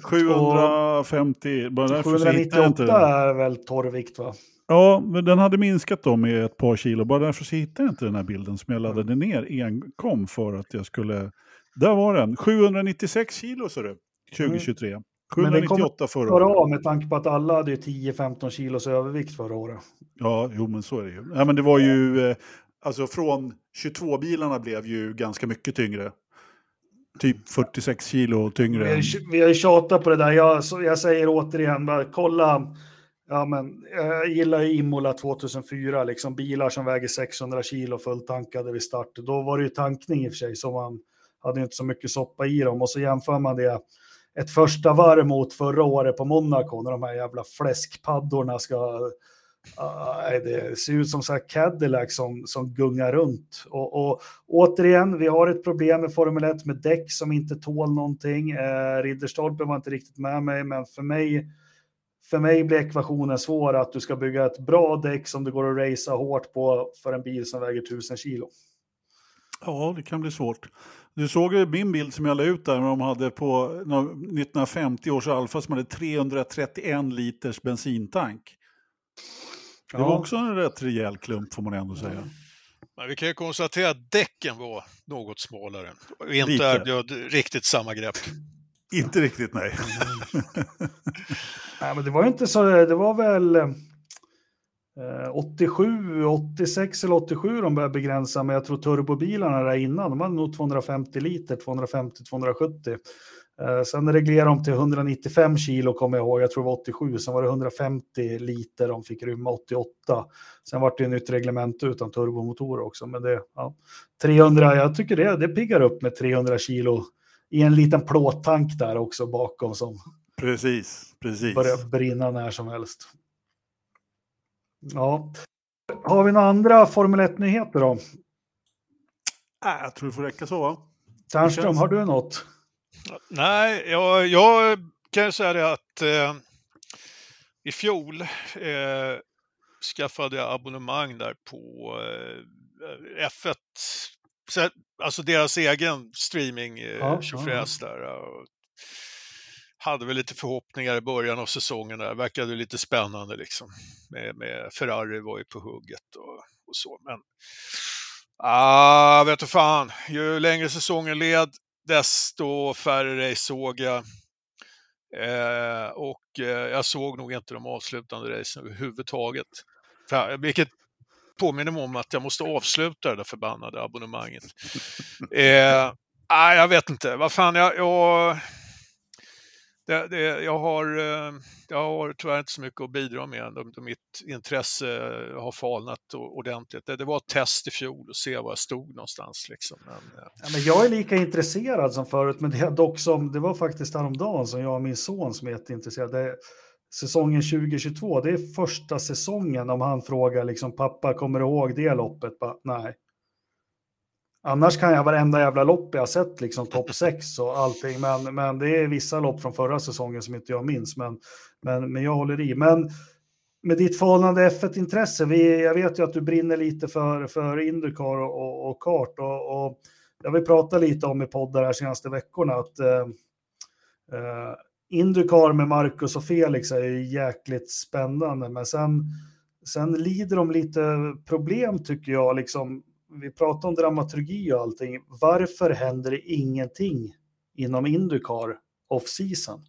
750. 798 är väl torrvikt, va? Ja, men den hade minskat då med ett par kilo. Bara därför så hittade jag inte den här bilden som jag laddade ner enkom för att jag skulle... Där var den. 796 kilo så det. 2023. 798 förra året. Bra med tanke på att alla hade 10-15 kilos övervikt förra året. Ja, jo men så är det ju. Ja, men det var ju... Alltså från 22-bilarna blev ju ganska mycket tyngre. Typ 46 kilo tyngre. Vi har ju tjatat på det där. Jag säger återigen, bara kolla. Ja, men jag gillar ju Imola 2004, liksom bilar som väger 600 kilo fulltankade vid start. Då var det ju tankning i och för sig, så man hade inte så mycket soppa i dem. Och så jämför man det ett första varv mot förra året på Monaco när de här jävla fläskpaddorna ska... det ser ut som så här Cadillac som gungar runt. Och återigen, vi har ett problem med Formel 1 med däck som inte tål någonting. Ridderstolpen var inte riktigt med mig, men för mig blir ekvationen svår att du ska bygga ett bra däck som det går att racea hårt på för en bil som väger 1000 kilo. Ja, det kan bli svårt. Du såg ju min bild som jag la ut där när de hade på 1950 års Alfa som hade 331 liters bensintank. Det var också en rätt rejäl klump får man ändå säga. Men vi kan ju konstatera att däcken var något smalare. Inte erbjöd riktigt samma grepp. Inte riktigt, nej. Nej, men det var inte så, det var väl 87, 86 eller 87 de började begränsa, men jag tror turbobilarna där innan, de hade nog 250 liter, 250-270. Sen reglerade de till 195 kilo kommer jag ihåg, jag tror det var 87, sen var det 150 liter de fick rymma 88. Sen var det ett nytt reglement utan turbomotorer också, men det, 300, jag tycker det piggar upp med 300 kilo i en liten plåttank där också bakom som precis börjar brinna när som helst. Ja. Har vi några andra Formel 1-nyheter då? Jag tror det får räcka så, va? Tärnström, har du något? Nej, jag kan ju säga det att i fjol skaffade jag abonnemang där på F1, alltså deras egen streaming tjofräs där. Hade väl lite förhoppningar i början av säsongen där. Verkade lite spännande liksom. Med Ferrari var ju på hugget och så. Men vet du fan. Ju längre säsongen led desto färre race såg jag. Och jag såg nog inte de avslutande racen överhuvudtaget. Vilket påminner mig om att jag måste avsluta det där förbannade abonnemanget. Jag vet inte. Vad fan, jag har tyvärr inte så mycket att bidra med. Mitt intresse har falnat ordentligt. Det var ett test i fjol och se var jag stod någonstans. Liksom. Men jag är lika intresserad som förut, men det är dock det var faktiskt häromdagen som jag och min son som är jätteintresserad. Säsongen 2022, det är första säsongen om han frågar liksom, pappa kommer du ihåg det loppet? Nej. Annars kan jag varenda jävla lopp jag har sett, liksom topp 6 och allting, men det är vissa lopp från förra säsongen som inte jag minns, men jag håller i. Men med ditt förhållande F1-intresse, jag vet ju att du brinner lite för Indycar och kart, och jag vill prata lite om i poddar här senaste veckorna att Indycar med Marcus och Felix är ju jäkligt spännande, men sen lider de lite problem tycker jag, liksom, vi pratar om dramaturgi och allting, varför händer det ingenting inom Indycar off-season?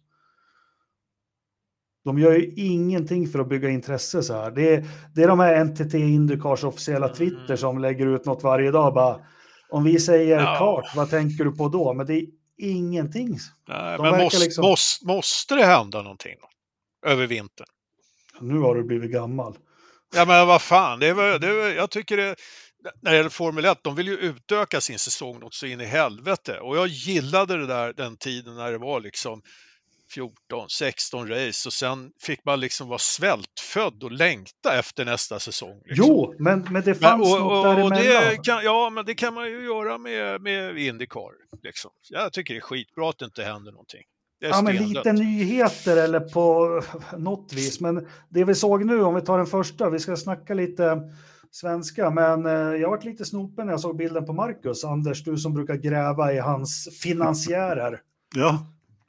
De gör ju ingenting för att bygga intresse så här. Det är de här NTT Indycars officiella Twitter som lägger ut något varje dag. Bara, om vi säger kart, vad tänker du på då? Men det är ingenting. Nej, men måste det hända någonting över vintern? Nu har du blivit gammal. Ja, men vad fan. Jag tycker det, när det gäller Formel 1, de vill ju utöka sin säsong något så in i helvete. Och jag gillade det där den tiden när det var liksom 14-16 race och sen fick man liksom vara svältfödd och längta efter nästa säsong. Liksom. Jo, men det fanns något däremellan. Men det kan man ju göra med Indycar. Liksom. Jag tycker det är skitbra att det inte händer någonting. Men lite nyheter eller på något vis. Men det vi såg nu, om vi tar den första, vi ska snacka lite svenska, men jag varit lite snopen när jag såg bilden på Marcus. Anders, du som brukar gräva i hans finansiärer. Ja.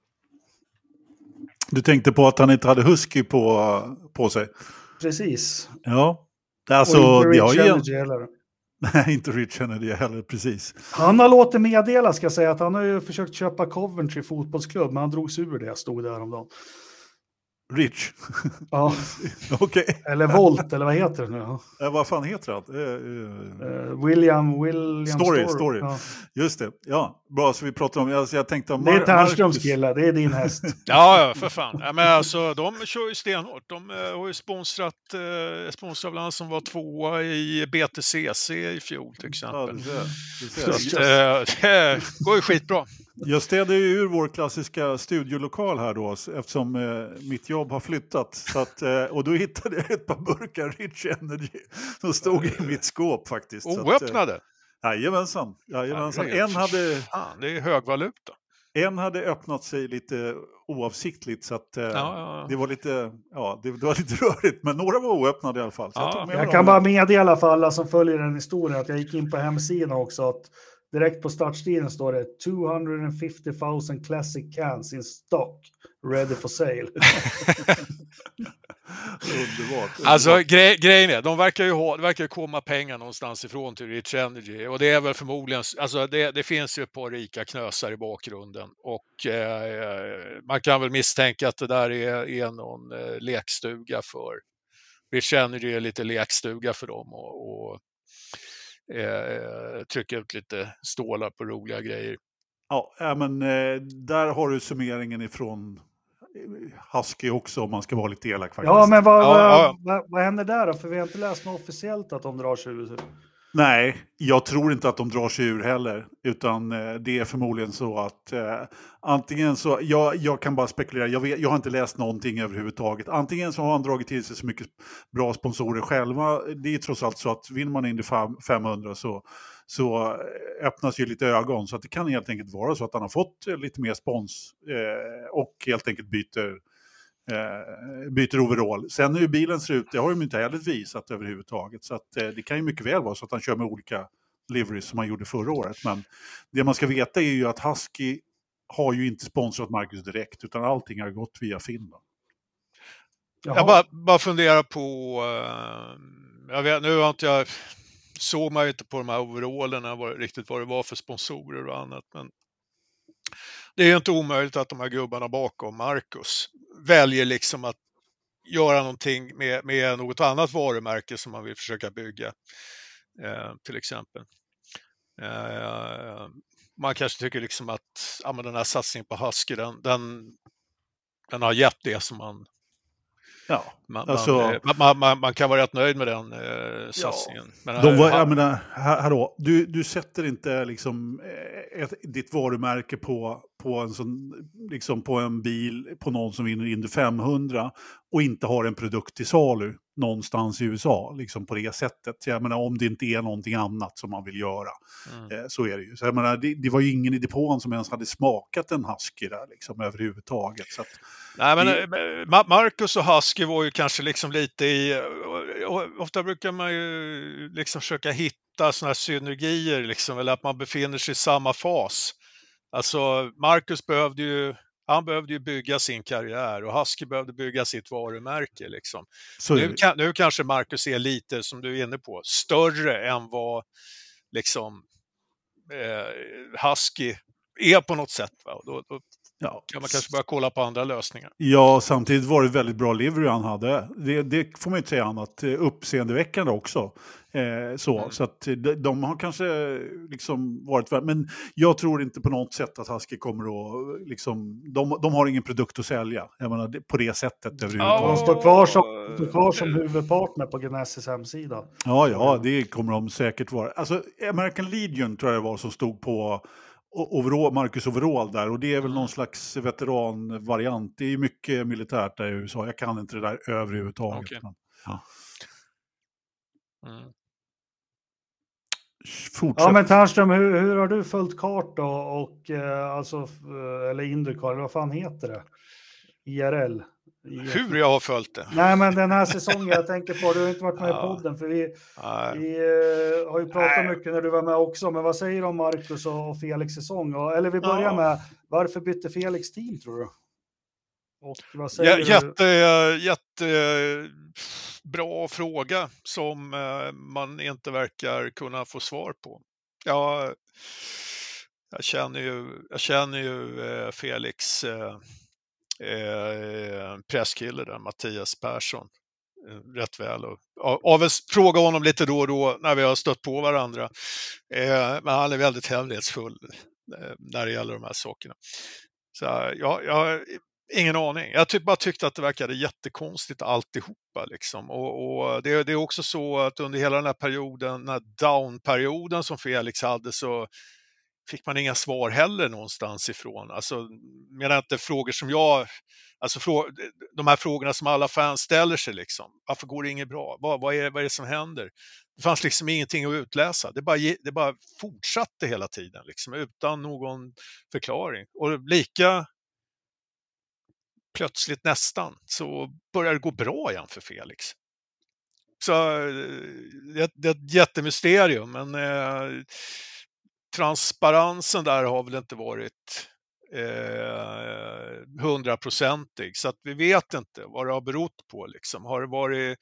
Du tänkte på att han inte hade husky på sig. Precis. Ja. Alltså, och inte Rich Energy heller. Nej, inte Rich Energy heller, precis. Han har låtit meddela, ska jag säga, att han har ju försökt köpa Coventry fotbollsklubb, men han drog sig ur det, jag stod där om dagen. Rich? Ja. Okay. Eller Volt, eller vad heter det nu? Vad fan heter han? William Story. Ja. Just det, ja. Bra, så vi pratar om... jag tänkte om det är Tärnströms kille, det är din häst. Ja, för fan. Ja, men alltså, de kör ju stenhårt. De har ju sponsrat bland annat som var 2 i BTCC i fjol till exempel. Ja, det går ju skitbra. Jag städade ju ur vår klassiska studiolokal här då, eftersom mitt jobb har flyttat. Så att, och då hittade jag ett par burkar Rich Energy som stod i mitt skåp faktiskt. Oöppnade? Jajamensan. En hade... Fan, det är högvaluta. En hade öppnat sig lite oavsiktligt så att det var lite det var lite rörigt, men några var oöppnade i alla fall. Så jag kan bara meddela i alla fall alla som följer den historien att jag gick in på hemsidan också att direkt på startstilen står det 250,000 classic cans in stock ready for sale. Underbart. Alltså grejen är, det verkar komma pengar någonstans ifrån till Rich Energy och det är väl förmodligen, alltså det finns ju ett par rika knösar i bakgrunden och man kan väl misstänka att det där är någon lekstuga för Rich Energy, är lite lekstuga för dem och trycka ut lite stålar på roliga grejer. Ja, men där har du summeringen ifrån Husky också, om man ska vara lite elak faktiskt. Ja, men vad händer där då? För vi har inte läst något officiellt att de drar sig ur. Nej, jag tror inte att de drar sig ur heller. Utan det är förmodligen så att antingen så, jag kan bara spekulera, jag har inte läst någonting överhuvudtaget. Antingen så har han dragit till sig så mycket bra sponsorer själva. Det är trots allt så att vinner man Indy 500 så öppnas ju lite ögon. Så att det kan helt enkelt vara så att han har fått lite mer spons och helt enkelt byter overall. Sen hur bilen ser ut, det har de inte heller visat överhuvudtaget. Så att det kan ju mycket väl vara så att han kör med olika liveries som han gjorde förra året. Men det man ska veta är ju att Husky har ju inte sponsrat Marcus direkt, utan allting har gått via Finland. Jag bara funderar på jag vet, nu har inte jag såg man ju inte på de här overallerna riktigt vad det var för sponsorer och annat, men det är ju inte omöjligt att de här gubbarna bakom Marcus väljer liksom att göra någonting med något annat varumärke som man vill försöka bygga, till exempel. Man kanske tycker liksom att den här satsningen på Husky, den har gett det som man... Ja, man kan vara rätt nöjd med den satsningen. Men, hallå, du sätter inte liksom ditt varumärke på på en sån, liksom på en bil på någon som vinner Indy 500 och inte har en produkt till salu någonstans i USA, liksom på det sättet. Jag menar, om det inte är någonting annat som man vill göra, så är det ju. Så jag menar, det var ju ingen i depån som ens hade smakat en husky där, liksom, överhuvudtaget. Så att, nej, men Marcus och husky var ju kanske liksom lite i... Ofta brukar man ju liksom försöka hitta såna här synergier, liksom, eller att man befinner sig i samma fas. Alltså, Marcus behövde ju bygga sin karriär och husky behövde bygga sitt varumärke. Liksom. Nu kanske Marcus är lite, som du är inne på, större än vad liksom, husky är på något sätt. Va? Då kan man kanske börja kolla på andra lösningar. Ja, samtidigt var det väldigt bra livery han hade. Det får man ju inte säga annat. Uppseendeväckande också. Så att de har kanske liksom varit... Men jag tror inte på något sätt att Husky kommer att... Liksom, de har ingen produkt att sälja. Jag menar, på det sättet överhuvudtaget. De står kvar som huvudpartner på Genesis hemsida. Ja, det kommer de säkert vara. Alltså, American Legion tror jag det var som stod på... Marcus Overall där, och det är väl någon slags veteranvariant. Det är mycket militärt där i USA. Jag kan inte det där överhuvudtaget. Okay. Men, ja. Ja, men Ternström, hur har du följt kart då? Och alltså, eller Indycar, vad fan heter det? IRL. Hur jag har följt det? Nej, men den här säsongen jag tänker på, du har inte varit med i podden, för vi har ju pratat mycket när du var med också, men vad säger du om Marcus och Felix säsong? Eller vi börjar med, varför bytte Felix team, tror du? Och vad säger du? Jättebra fråga som man inte verkar kunna få svar på. Jag känner ju Felix presskille där, Mattias Persson, rätt väl, och fråga honom lite då och då när vi har stött på varandra, men han är väldigt hemlighetsfull när det gäller de här sakerna, så jag har ingen aning. Jag bara tyckte att det verkade jättekonstigt alltihopa liksom. Och det är också så att under hela den här perioden, den här down-perioden som Felix hade, så fick man inga svar heller någonstans ifrån. Alltså, menar inte frågor som de här frågorna som alla fans ställer sig liksom. Varför går det inget bra? Vad är det som händer? Det fanns liksom ingenting att utläsa. Det bara fortsatte hela tiden liksom, utan någon förklaring. Och lika plötsligt nästan så börjar det gå bra igen för Felix. Så det är ett jättemysterium, men transparensen där har väl inte varit 100%, så att vi vet inte vad det har berott på liksom. Har det varit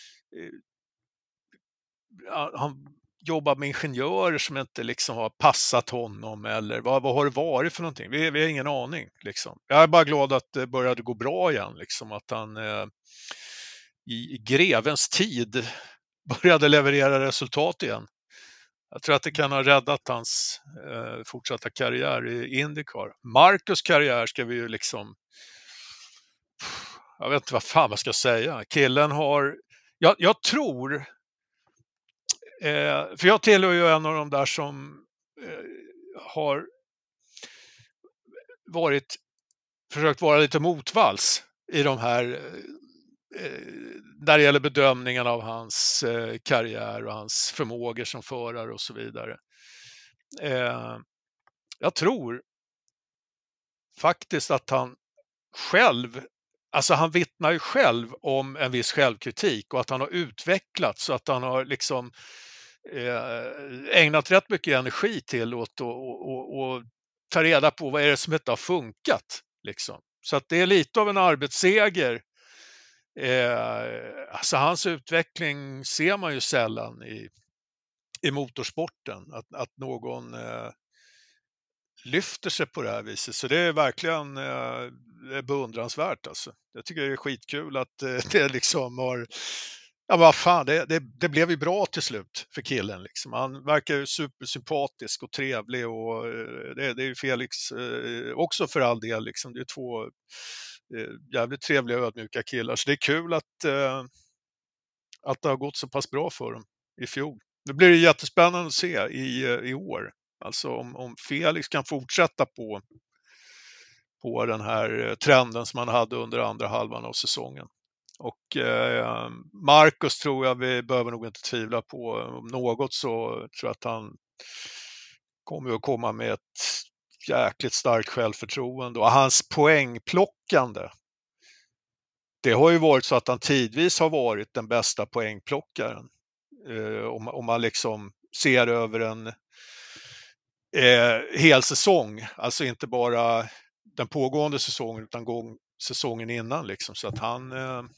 han jobbar med ingenjörer som inte liksom har passat honom, eller vad har det varit för någonting? Vi har ingen aning liksom. Jag är bara glad att det började gå bra igen liksom, att han i grevens tid började leverera resultat igen. Jag tror att det kan ha räddat hans fortsatta karriär i Indycar. Marcus karriär ska vi ju liksom... Jag vet inte vad fan man ska säga. Killen har... Jag tror... för jag tillhör ju en av de där som har försökt vara lite motvalls i de här... när det gäller bedömningen av hans karriär och hans förmågor som förare och så vidare. Jag tror faktiskt att han själv, alltså han vittnar ju själv om en viss självkritik, och att han har utvecklats, så att han har liksom ägnat rätt mycket energi till och ta reda på vad är det som inte har funkat liksom. Så att det är lite av en arbetsseger. Alltså hans utveckling ser man ju sällan i motorsporten, att någon lyfter sig på det här viset. Så det är verkligen beundransvärt alltså. Jag tycker det är skitkul att det liksom har... Ja, vad fan, det blev ju bra till slut för killen liksom. Han verkar ju supersympatisk och trevlig, och det är ju Felix också för all del liksom. Det är två jävligt trevliga och ödmjuka killar, så det är kul att det har gått så pass bra för dem i fjol. Det blir jättespännande att se i år. Alltså om Felix kan fortsätta på på den här trenden som han hade under andra halvan av säsongen. Och Marcus tror jag vi behöver nog inte tvivla på. Om något så tror jag att han kommer att komma med ett jäkligt starkt självförtroende. Och hans poängplockande, det har ju varit så att han tidvis har varit den bästa poängplockaren. Om man liksom ser över en hel säsong. Alltså inte bara den pågående säsongen utan säsongen innan. Liksom. Så att han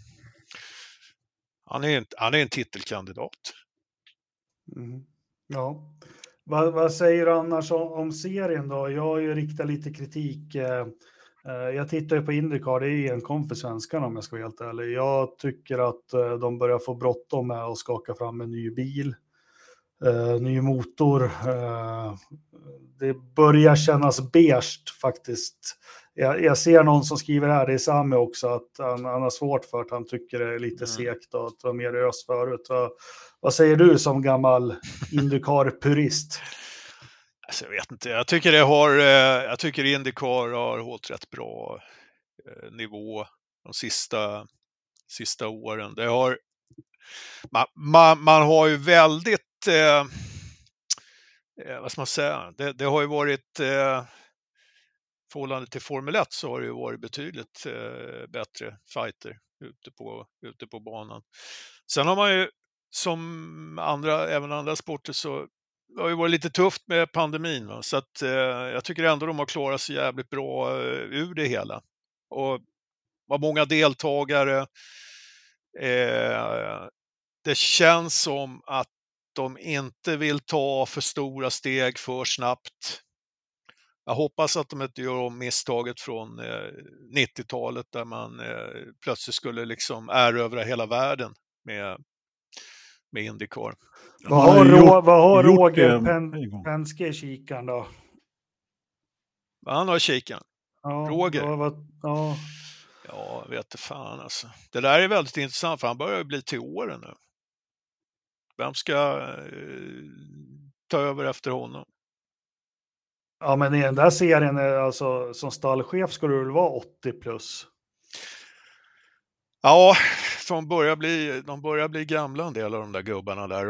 är en titelkandidat. Mm. Ja. Vad säger du annars om serien då? Jag har ju riktat lite kritik. Jag tittar ju på IndyCar, det är enkom för svenskarna om jag ska vara helt ärlig. Jag tycker att de börjar få bråttom med att skaka fram en ny bil, ny motor. Det börjar kännas beige faktiskt. Jag ser någon som skriver här, det är Sami också, att han har svårt för att han tycker det är lite segt och att det var mer ös förut. Vad säger du som gammal IndyCar-purist? Alltså, jag vet inte. Jag tycker IndyCar har hållit rätt bra nivå de sista åren. Det har man har ju väldigt vad ska man säga? Det har ju varit förhållande till Formel 1 så har det ju varit betydligt bättre fighter ute på banan. Sen har man ju som även andra sporter så det har ju varit lite tufft med pandemin. Va? Så att jag tycker ändå de har klarat sig jävligt bra ur det hela. Och var många deltagare. Det känns som att de inte vill ta för stora steg för snabbt. Jag hoppas att de inte gör om misstaget från 90-talet där man plötsligt skulle liksom erövra hela världen med IndyCar. Vad har Roger Penske i kikaren då? Han har kikaren. Ja, Roger. Ja, jag vet inte fan alltså. Det där är väldigt intressant för han börjar bli till åren nu. Vem ska ta över efter honom? Ja, men i den där serien, alltså, som stallchef ska du väl vara 80 plus? Ja, de börjar bli gamla en del av de där gubbarna där.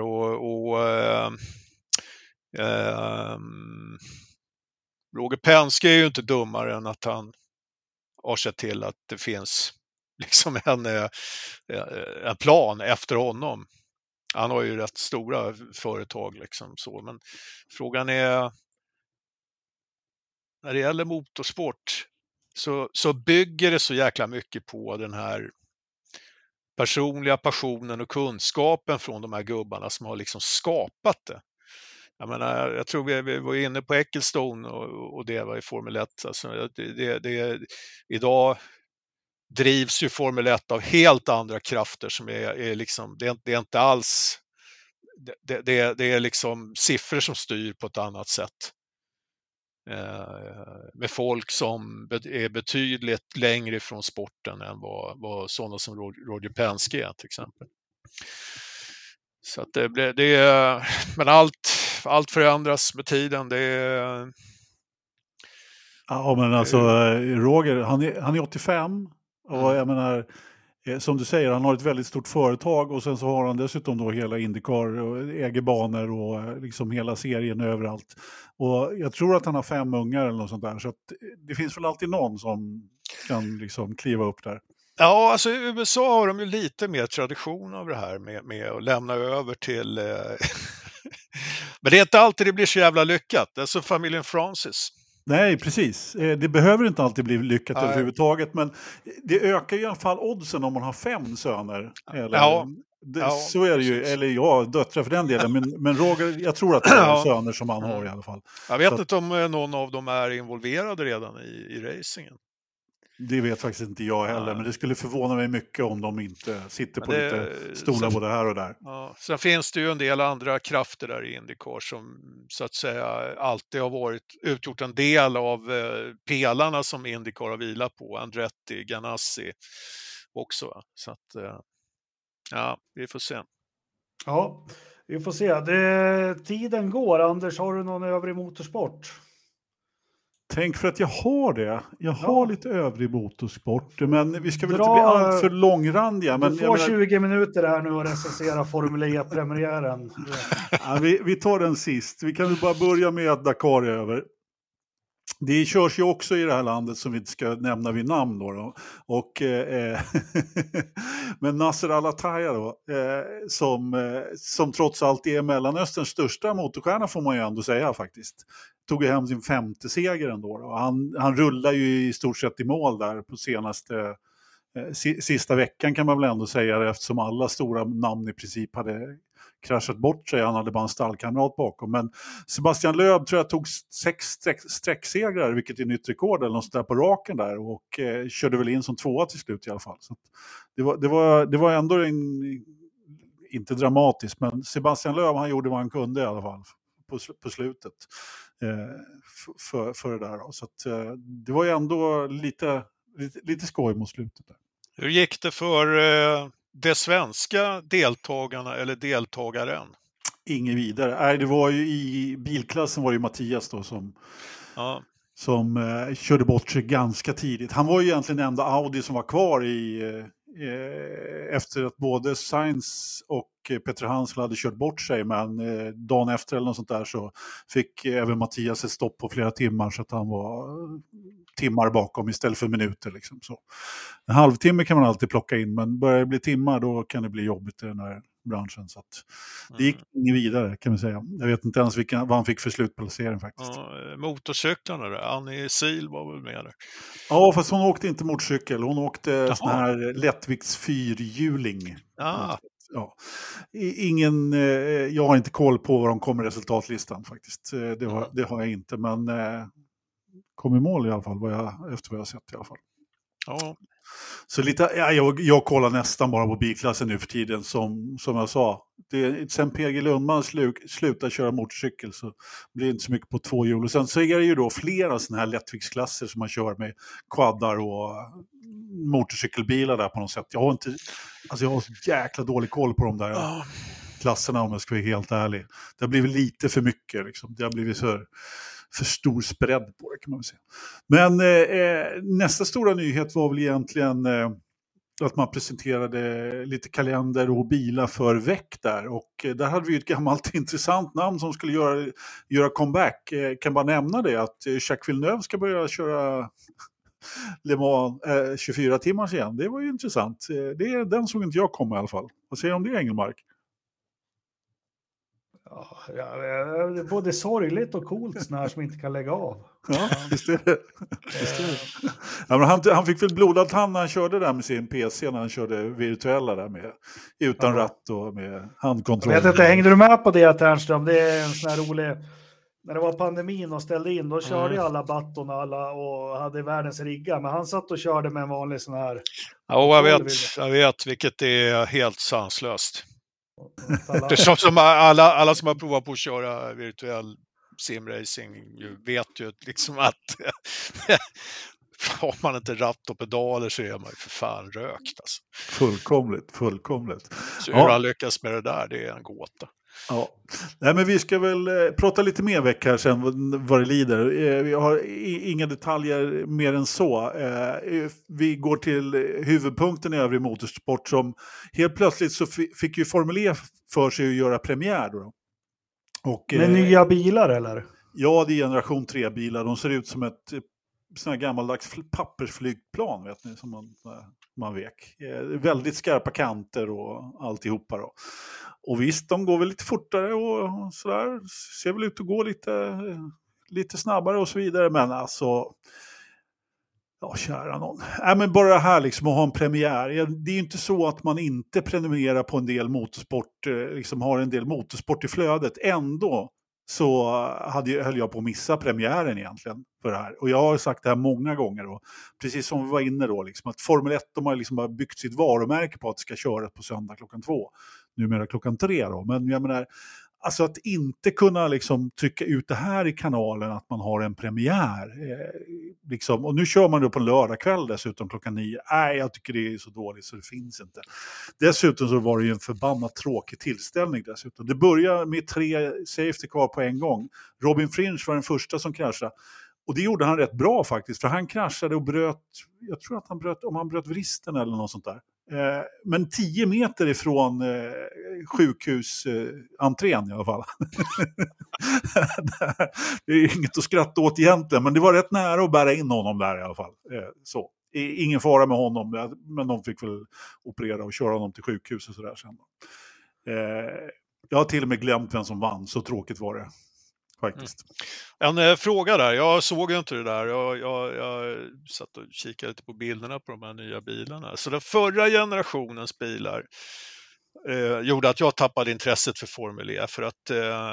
Roger Penske är ju inte dummare än att han har sett till att det finns liksom en plan efter honom. Han har ju rätt stora företag liksom så, men frågan är när det gäller motorsport så bygger det så jäkla mycket på den här personliga passionen och kunskapen från de här gubbarna som har liksom skapat det. Jag menar, jag tror vi var inne på Ecclestone och det var i Formel 1. Alltså idag drivs ju Formel 1 av helt andra krafter som är liksom, det är inte alls, det är liksom siffror som styr på ett annat sätt. Med folk som är betydligt längre från sporten än vad sådana som Roger Penske är till exempel. Så att men allt förändras med tiden. Ja, men alltså Roger, han är 85 och jag menar, som du säger, han har ett väldigt stort företag och sen så har han dessutom då hela IndyCar och äger banor och liksom hela serien överallt. Och jag tror att han har 5 ungar eller något sånt där, så att det finns väl alltid någon som kan liksom kliva upp där. Ja, alltså i USA har de ju lite mer tradition av det här med att lämna över till... Men det är inte alltid det blir så jävla lyckat. Alltså familjen Francis. Nej, precis. Det behöver inte alltid bli lyckat överhuvudtaget, men det ökar i alla fall oddsen om man har 5 söner. Eller, så är det ju, eller döttrar för den delen, men Roger, jag tror att det är söner som han har i alla fall. Jag vet inte om någon av dem är involverade redan i racingen. Det vet faktiskt inte jag heller, men det skulle förvåna mig mycket om de inte sitter på lite stolar både här och där. Ja, sen finns det ju en del andra krafter där i IndyCar som så att säga alltid har utgjort en del av pelarna som IndyCar har vilat på. Andretti, Ganassi också. Så att, ja, vi får se. Ja, vi får se. Tiden går. Anders, har du någon övrig motorsport? Tänk för att jag har det. Jag har lite övrig motorsport, men vi ska väl inte bli allt för långrandiga. Du får 20 minuter här nu och recensera Formel E-premiären. Ja, vi tar den sist. Vi kan väl bara börja med att Dakar är över. Det körs ju också i det här landet som vi inte ska nämna vid namn då. Och, men Nasser Al-Attiyah då, som trots allt är Mellanösterns största motorstjärna får man ju ändå säga faktiskt. Tog hem sin 5:e seger ändå. Då. Han rullar ju i stort sett i mål där på sista veckan kan man väl ändå säga, eftersom alla stora namn i princip hade kraschat bort sig. Han hade bara en stallkamrat bakom. Men Sebastian Loeb tror jag tog 6 sträcksegrar, vilket är nytt rekord eller något där på raken där, och körde väl in som 2:a till slut i alla fall. Så det var ändå inte dramatiskt, men Sebastian Loeb, han gjorde vad han kunde i alla fall på slutet för det där. Då. Så att, det var ju ändå lite skoj mot slutet där. Hur gick det för de svenska deltagarna eller deltagaren? Ingen vidare. Nej, det var ju i bilklassen var det ju Mattias då som körde bort sig ganska tidigt. Han var ju egentligen den enda Audi som var kvar efter att både Sainz och Peter Hansel hade kört bort sig, men dagen efter eller något sånt där så fick även Mattias ett stopp på flera timmar, så att han var timmar bakom istället för minuter. Liksom. Så en halvtimme kan man alltid plocka in, men börjar det bli timmar då kan det bli jobbigt i den här branschen. Så att det gick ingen vidare kan man säga. Jag vet inte ens vad han fick för slutplacering faktiskt. Motorcyklarna då? Annie Sil var väl med där? Ja, fast hon åkte inte motorcykel. Hon åkte sån här lättvikts fyrhjuling. Ja. Jag har inte koll på vad de kommer i resultatlistan faktiskt. Det har jag inte, men kom i mål i alla fall efter vad jag har sett i alla fall. Ja. Så lite, jag kollar nästan bara på bilklassen nu för tiden som jag sa. Sen PG Lundman slutar köra motorcykel så blir det inte så mycket på 2 hjul. Och sen så är det ju då flera sådana här lättviktsklasser som man kör med quaddar och motorcykelbilar där på något sätt. Jag har så jäkla dålig koll på de där klasserna om jag ska vara helt ärlig. Det har blivit lite för mycket liksom. Det har blivit för stor spread på det kan man väl säga. Men nästa stora nyhet var väl egentligen att man presenterade lite kalender och bilar för veck där. Och där hade vi ett gammalt intressant namn som skulle göra comeback. Kan bara nämna det att Jacques Villeneuve ska börja köra Le Mans 24 timmar igen. Det var ju intressant. Den såg inte jag komma i alla fall. Vad säger du om det, Engelmark? Ja, det är både sorgligt och coolt sån här som inte kan lägga av. Ja, just det. Ja, men han fick väl blodad tand när han körde där med sin PC, när han körde virtuella där utan ratt och med handkontroll. Jag vet inte, hängde du med på det, Ternström? Det är en sån här rolig... När det var pandemin och ställde in, då körde alla Batton och hade världens riggar. Men han satt och körde med en vanlig sån här... Ja, jag vet vilket är helt sanslöst. Det är som alla som har provat på att köra virtuell simracing vet ju liksom att har man inte ratt och pedaler så är man ju för fan rökt. Alltså. Fullkomligt. Så hur han lyckas med det där, det är en gåta. Ja, nej, men vi ska väl prata lite mer veck här sen vad det lider. Vi har inga detaljer mer än så. Vi går till huvudpunkten i övrig motorsport som helt plötsligt så fick ju Formel E för sig att göra premiär då. Och, med nya bilar eller? Ja, det är generation 3-bilar. De ser ut som ett sån här gammaldags pappersflygplan vet ni, som man vek. Väldigt skarpa kanter och alltihopa då. Och visst, de går väl lite fortare och sådär. Ser väl ut att gå lite snabbare och så vidare. Men alltså, ja kära någon. Men bara det här liksom att ha en premiär. Det är ju inte så att man inte prenumererar på en del motorsport. Liksom har en del motorsport i flödet. Ändå så höll jag på att missa premiären egentligen för det här. Och jag har sagt det här många gånger då. Precis som vi var inne då. Liksom, att Formel 1 de har liksom bara byggt sitt varumärke på att det ska köras på söndag 2:00. Numera 3:00 då. Men jag menar, alltså att inte kunna liksom trycka ut det här i kanalen att man har en premiär. Liksom. Och nu kör man då på lördagkväll dessutom 9:00. Nej, jag tycker det är så dåligt så det finns inte. Dessutom så var det ju en förbannat tråkig tillställning dessutom. Det börjar med 3 safety kvar på en gång. Robin Fringe var den första som kraschade. Och det gjorde han rätt bra faktiskt, för han kraschade och bröt, jag tror att han bröt vristen eller något sånt där. Men 10 meter ifrån sjukhusentrén i alla fall. Det är inget att skratta åt egentligen, men det var rätt nära att bära in honom där i alla fall. Så. Ingen fara med honom, men de fick väl operera och köra honom till sjukhus och sådär sen. Jag har till och med glömt vem som vann, så tråkigt var det faktiskt. En fråga där, jag såg ju inte det där, jag satt och kikade lite på bilderna på de här nya bilarna. Så den förra generationens bilar gjorde att jag tappade intresset för Formel E, för att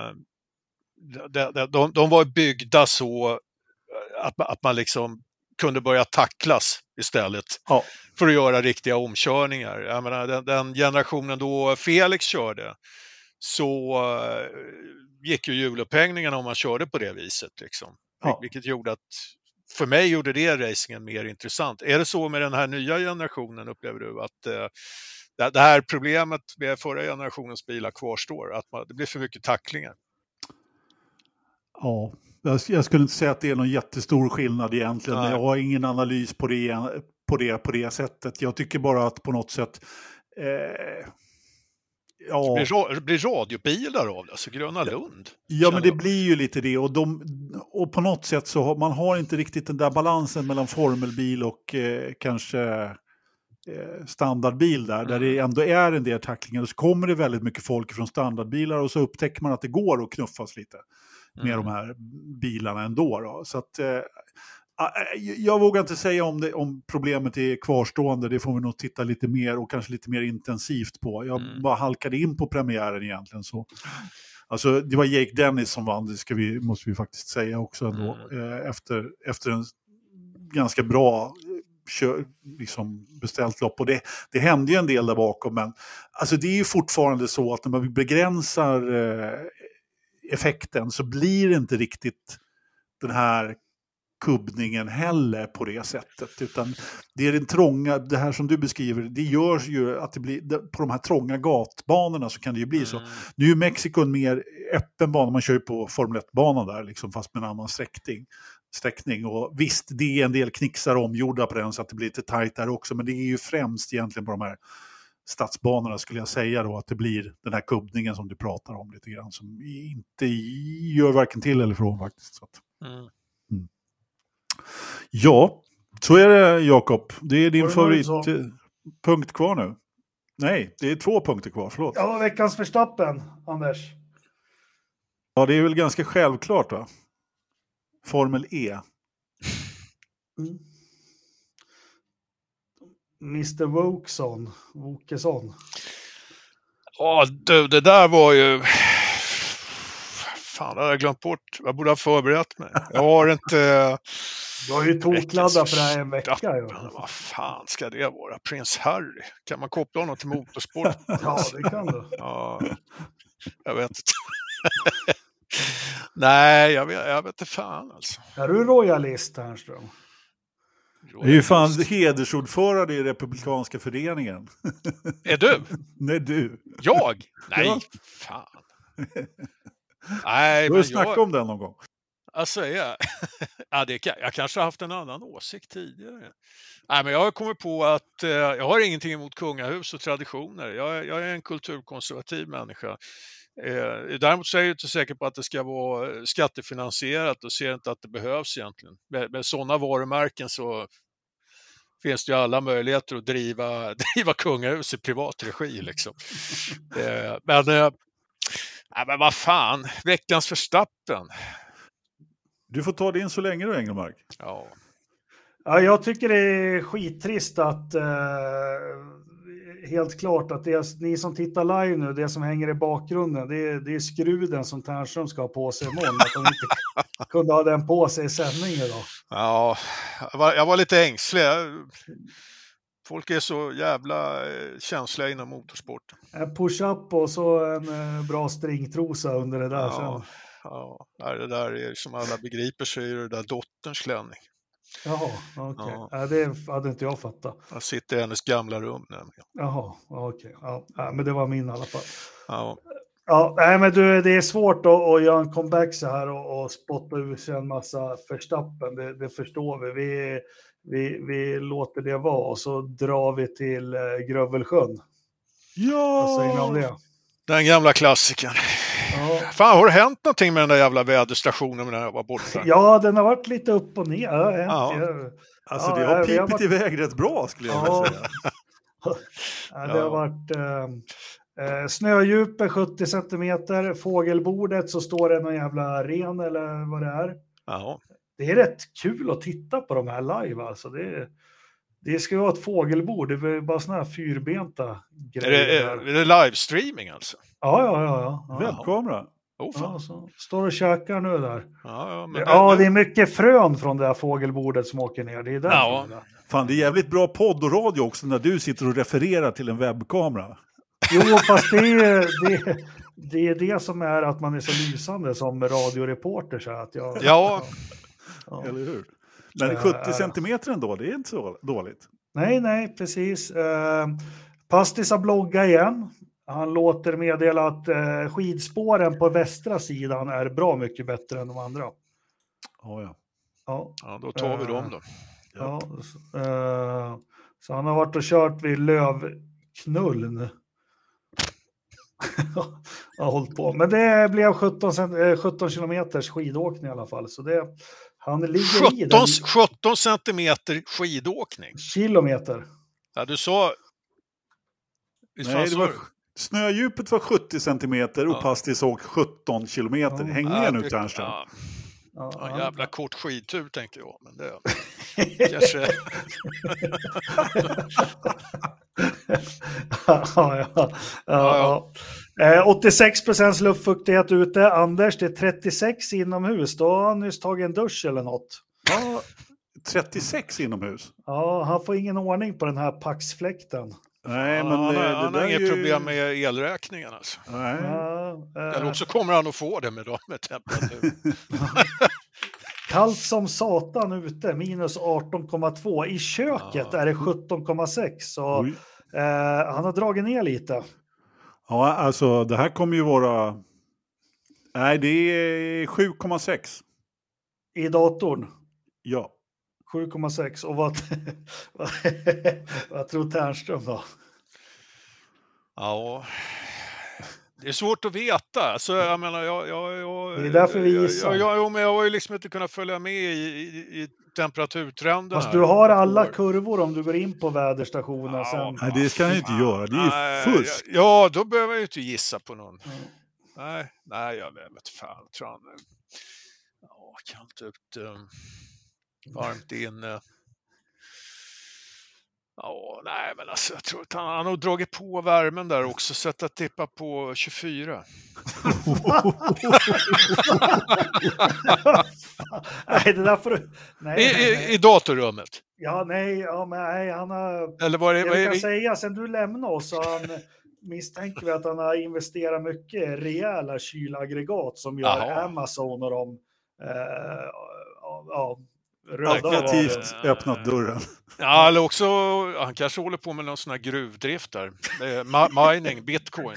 de var byggda så att man liksom kunde börja tacklas istället för att göra riktiga omkörningar. Jag menar, den generationen då Felix körde, så gick ju hjulupphängningarna om man körde på det viset. Liksom. Vilket gjorde att, för mig gjorde det racingen mer intressant. Är det så med den här nya generationen, upplever du att det här problemet med förra generationens bilar kvarstår? Att det blir för mycket tacklingar? Ja, jag skulle inte säga att det är någon jättestor skillnad egentligen. Nej. Jag har ingen analys på det sättet. Jag tycker bara att på något sätt... Det blir radiobilar av det, alltså Gröna Lund. Ja, men det blir ju lite det. Och på något sätt så man har inte riktigt den där balansen mellan formelbil och kanske standardbil där det ändå är en del tacklingar. Och så kommer det väldigt mycket folk från standardbilar och så upptäcker man att det går att knuffas lite med de här bilarna ändå. Då. Så att... jag vågar inte säga om problemet är kvarstående. Det får vi nog titta lite mer och kanske lite mer intensivt på. Jag bara halkade in på premiären egentligen. Så. Alltså, det var Jake Dennis som vann, det måste vi faktiskt säga också ändå. Efter en ganska bra liksom beställt lopp. Och det hände ju en del där bakom. Men alltså, det är ju fortfarande så att när man begränsar effekten så blir det inte riktigt den här kubbningen heller på det sättet, utan det är den trånga, det här som du beskriver, det görs ju att det blir på de här trånga gatbanorna, så kan det ju bli så. Nu är Mexiko en mer öppen bana, man kör ju på Formel 1-banan där liksom, fast med en annan sträckning, och visst, det är en del knixar omgjorda på den så att det blir lite tajt där också, men det är ju främst egentligen på de här stadsbanorna skulle jag säga då, att det blir den här kubbningen som du pratar om lite grann, som inte gör varken till eller från faktiskt. Så att. Ja, så är det, Jakob. Det är din favoritpunkt kvar nu. Nej, det är 2 punkter kvar, förlåt. Ja, veckans Verstappen, Anders. Ja, det är väl ganska självklart va? Formel E. Mr. Wokesson. Ja, du, det där var ju... Fan, det har jag glömt bort. Jag borde ha förberett mig. Jag har inte... Du har ju tokladdat för det här en vecka. Ja. Vad fan ska det vara? Prins Harry. Kan man koppla honom till motorsport? Ja, det kan du. Ja, jag vet inte. Nej, jag vet inte fan alltså. Är du royalist, Härnström? Det är ju fan hedersordförande i Republikanska föreningen. Är du? Nej, du. Jag? Nej, ja. Fan. Nej, du har ju snackat om den någon gång. Alltså, jag kanske har haft en annan åsikt tidigare. Nej, men jag har kommit på att jag har ingenting emot kungahus och traditioner. Jag är en kulturkonservativ människa. Däremot så är jag inte säker på att det ska vara skattefinansierat och ser inte att det behövs egentligen. Med sådana varumärken så finns det ju alla möjligheter att driva kungahus i privat regi liksom. Men vad fan, veckans Verstappen. Du får ta det in så länge du, Engelmark. Ja. Ja, jag tycker det är skittrist att helt klart att ni som tittar live nu, det som hänger i bakgrunden, det är skruden som Ternström ska ha på sig imorgon. Att de inte kunde ha den på sig i sändningen idag. Ja, jag var lite ängslig. Folk är så jävla känsliga inom motorsport. Push-up och så en bra stringtrosa under det där. Ja, det där är som alla begriper så är det där dotterns klänning. Jaha, okej. Okay. Ja, det hade inte jag fattat. Jag sitter i hennes gamla rum nämligen. Jaha, okej. Okay. Ja, men det var min i alla fall. Ja. Ja, nej, men det är svårt att göra en comeback så här och spotta ut sig en massa Verstappen. Det förstår vi. Vi låter det vara och så drar vi till Grövelsjön. Ja! Vad säger ni om det? Den gamla klassikern. Ja. Fan, har det hänt någonting med den där jävla väderstationen när jag var borta? Ja, den har varit lite upp och ner. Alltså det har pipit iväg rätt bra skulle jag vilja säga. Det har varit snödjupet 70 centimeter, fågelbordet så står det någon jävla ren eller vad det är. Ja. Det är rätt kul att titta på de här live alltså. Det ska ju vara ett fågelbord, det är bara såna här fyrbenta grejer. Är det livestreaming alltså? Ja. Webbkamera. Så står och käkar nu där. Ja, det är mycket frön från det här fågelbordet som åker ner. Det är därför. Fan, det är jävligt bra podd och radio också när du sitter och refererar till en webbkamera. Jo, fast det är det som är att man är så lysande som radioreporter. Så att ja. Eller hur? Men 70 centimeter ändå, det är inte så dåligt. Nej, precis. Pastis har bloggat igen. Han låter meddela att skidspåren på västra sidan är bra mycket bättre än de andra. Ja, då tar vi dem då. Så han har varit och kört vid Lövknullen. har hållit på. Men det blev 17 kilometers skidåkning i alla fall. Så han ligger 17 centimeter skidåkning. Kilometer. Ja, du sa... Nej, snödjupet var 70 centimeter och Pastis åkt 17 kilometer. Häng med nu, Tärnström. Jävla kort skidtur tänkte jag. Men det kanske... 86% luftfuktighet ute. Anders, det är 36 inomhus. Då har han nyss tagit en dusch eller något. Ja, 36 inomhus. Ja, han får ingen ordning på den här paxfläkten. Nej, men han har inget problem med elräkningen alltså. Nej. Eller också kommer han att få det med temperatur. Kallt som satan ute, minus 18,2. I köket är det 17,6. Så han har dragit ner lite. Ja, alltså det här kommer ju vara... Nej, det är 7,6. I datorn? Ja. 7,6. Och vad tror Tärnström då? Ja, det är svårt att veta. Alltså, jag menar, det är därför vi gissar. Men jag har ju liksom inte kunnat följa med i temperaturtrenden. Fast du har alla kurvor om du går in på väderstationen. Sen... Nej, det ska jag inte göra. Det är ju fusk. Ja, då behöver jag ju inte gissa på någon. Nej, jag vet fan. Tror han... kallt ut, varmt inne. Nej, men alltså, jag tror att han har dragit på värmen där också, så att jag tippar på 24. Nej, det där får du... I datorrummet? Nej, han har... Eller var det... Jag kan säga, sen du lämnar oss så han misstänker vi att han har investerat mycket i rejäla kylaggregat som gör Amazon och de... Alternativt öppnat dörren. Ja, eller också han kanske håller på med någon sån här gruvdrift där. Mining, bitcoin.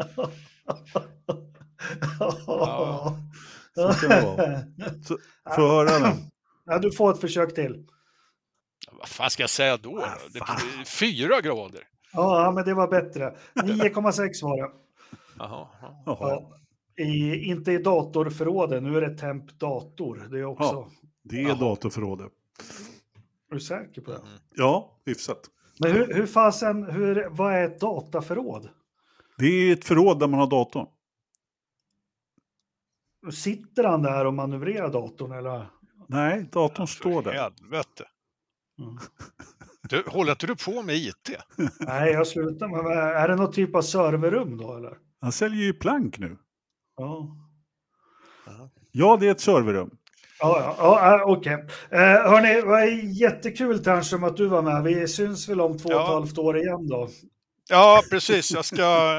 Så kan det vara. Får höra den. Ja, du får ett försök till. Vad fan ska jag säga då? 4 grader. Ja, men det var bättre. 9,6 var det. Inte i datorförrådet. Nu är det temp dator. Det är också... Det är datorförrådet. Är du säker på det? Ja, hyfsat. Men vad är ett dataförråd? Det är ett förråd där man har datorn. Sitter han där och manövrerar datorn eller? Nej, datorn står där. Helvete. Håller inte du på med IT? Nej, jag slutar. Men är det någon typ av serverrum då eller? Han säljer ju plank nu. Ja. Ja, det är ett serverrum. Ja, okej. Hörni, det var jättekul Tärnström att du var med. Vi syns väl om 2,5 år igen då. Ja, precis. Jag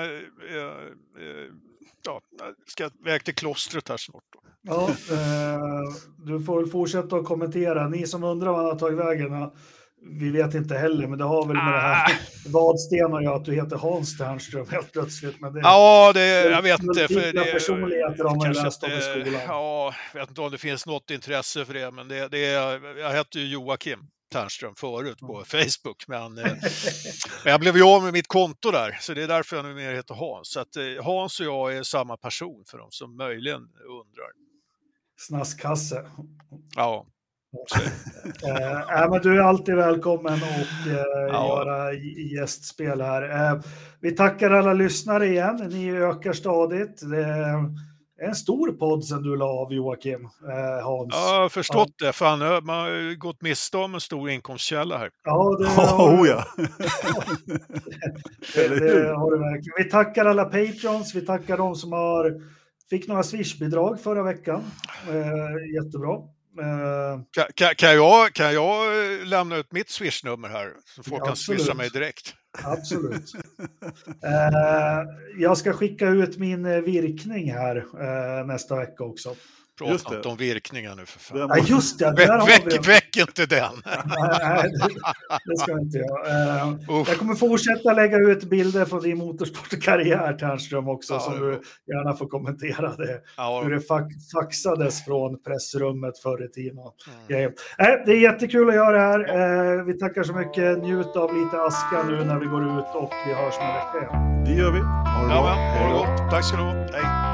ska väg till klostret här snart. Ja, du får väl fortsätta att kommentera. Ni som undrar vad han har tagit vägen. vi vet inte heller, men det har väl med det här Vadsten och jag att du heter Hans Ternström helt plötsligt. Men det, ja, jag vet inte. För det personligheter har man läst om i skolan. Ja, jag vet inte om det finns något intresse för det, men jag hette ju Joakim Ternström förut på Facebook, men jag blev ju av med mitt konto där, så det är därför jag numera heter Hans. Så att Hans och jag är samma person för de som möjligen undrar. Snaskkasse. Ja. Men du är alltid välkommen att göra gästspel här. Vi tackar alla lyssnare igen. Ni ökar stadigt. Det är en stor podd sen du la av, Joakim, Hans. Ja, jag har förstått det. Fan, man har gått miste om en stor inkomstkälla här. Ja, det har du verkligen. Vi tackar alla Patreons. Vi tackar de som fick några Swish-bidrag förra veckan. Jättebra. Kan jag lämna ut mitt Swish-nummer här så folk kan swisha mig direkt? Absolut. Jag ska skicka ut min virkning här nästa vecka också. Prata inte om virkningar nu för fan. Ja, just det. Väck inte den. Nej, det ska jag inte göra. Jag kommer fortsätta lägga ut bilder från din motorsportkarriär, Ternström, också, som du gärna får kommentera det. Hur det faxades från pressrummet förr i tiden. Det är jättekul att göra det här. Vi tackar så mycket. Njut av lite aska nu när vi går ut, och vi hörs om en vecka igen. Det gör vi. Ha det bra. Tack ska du ha. Hej.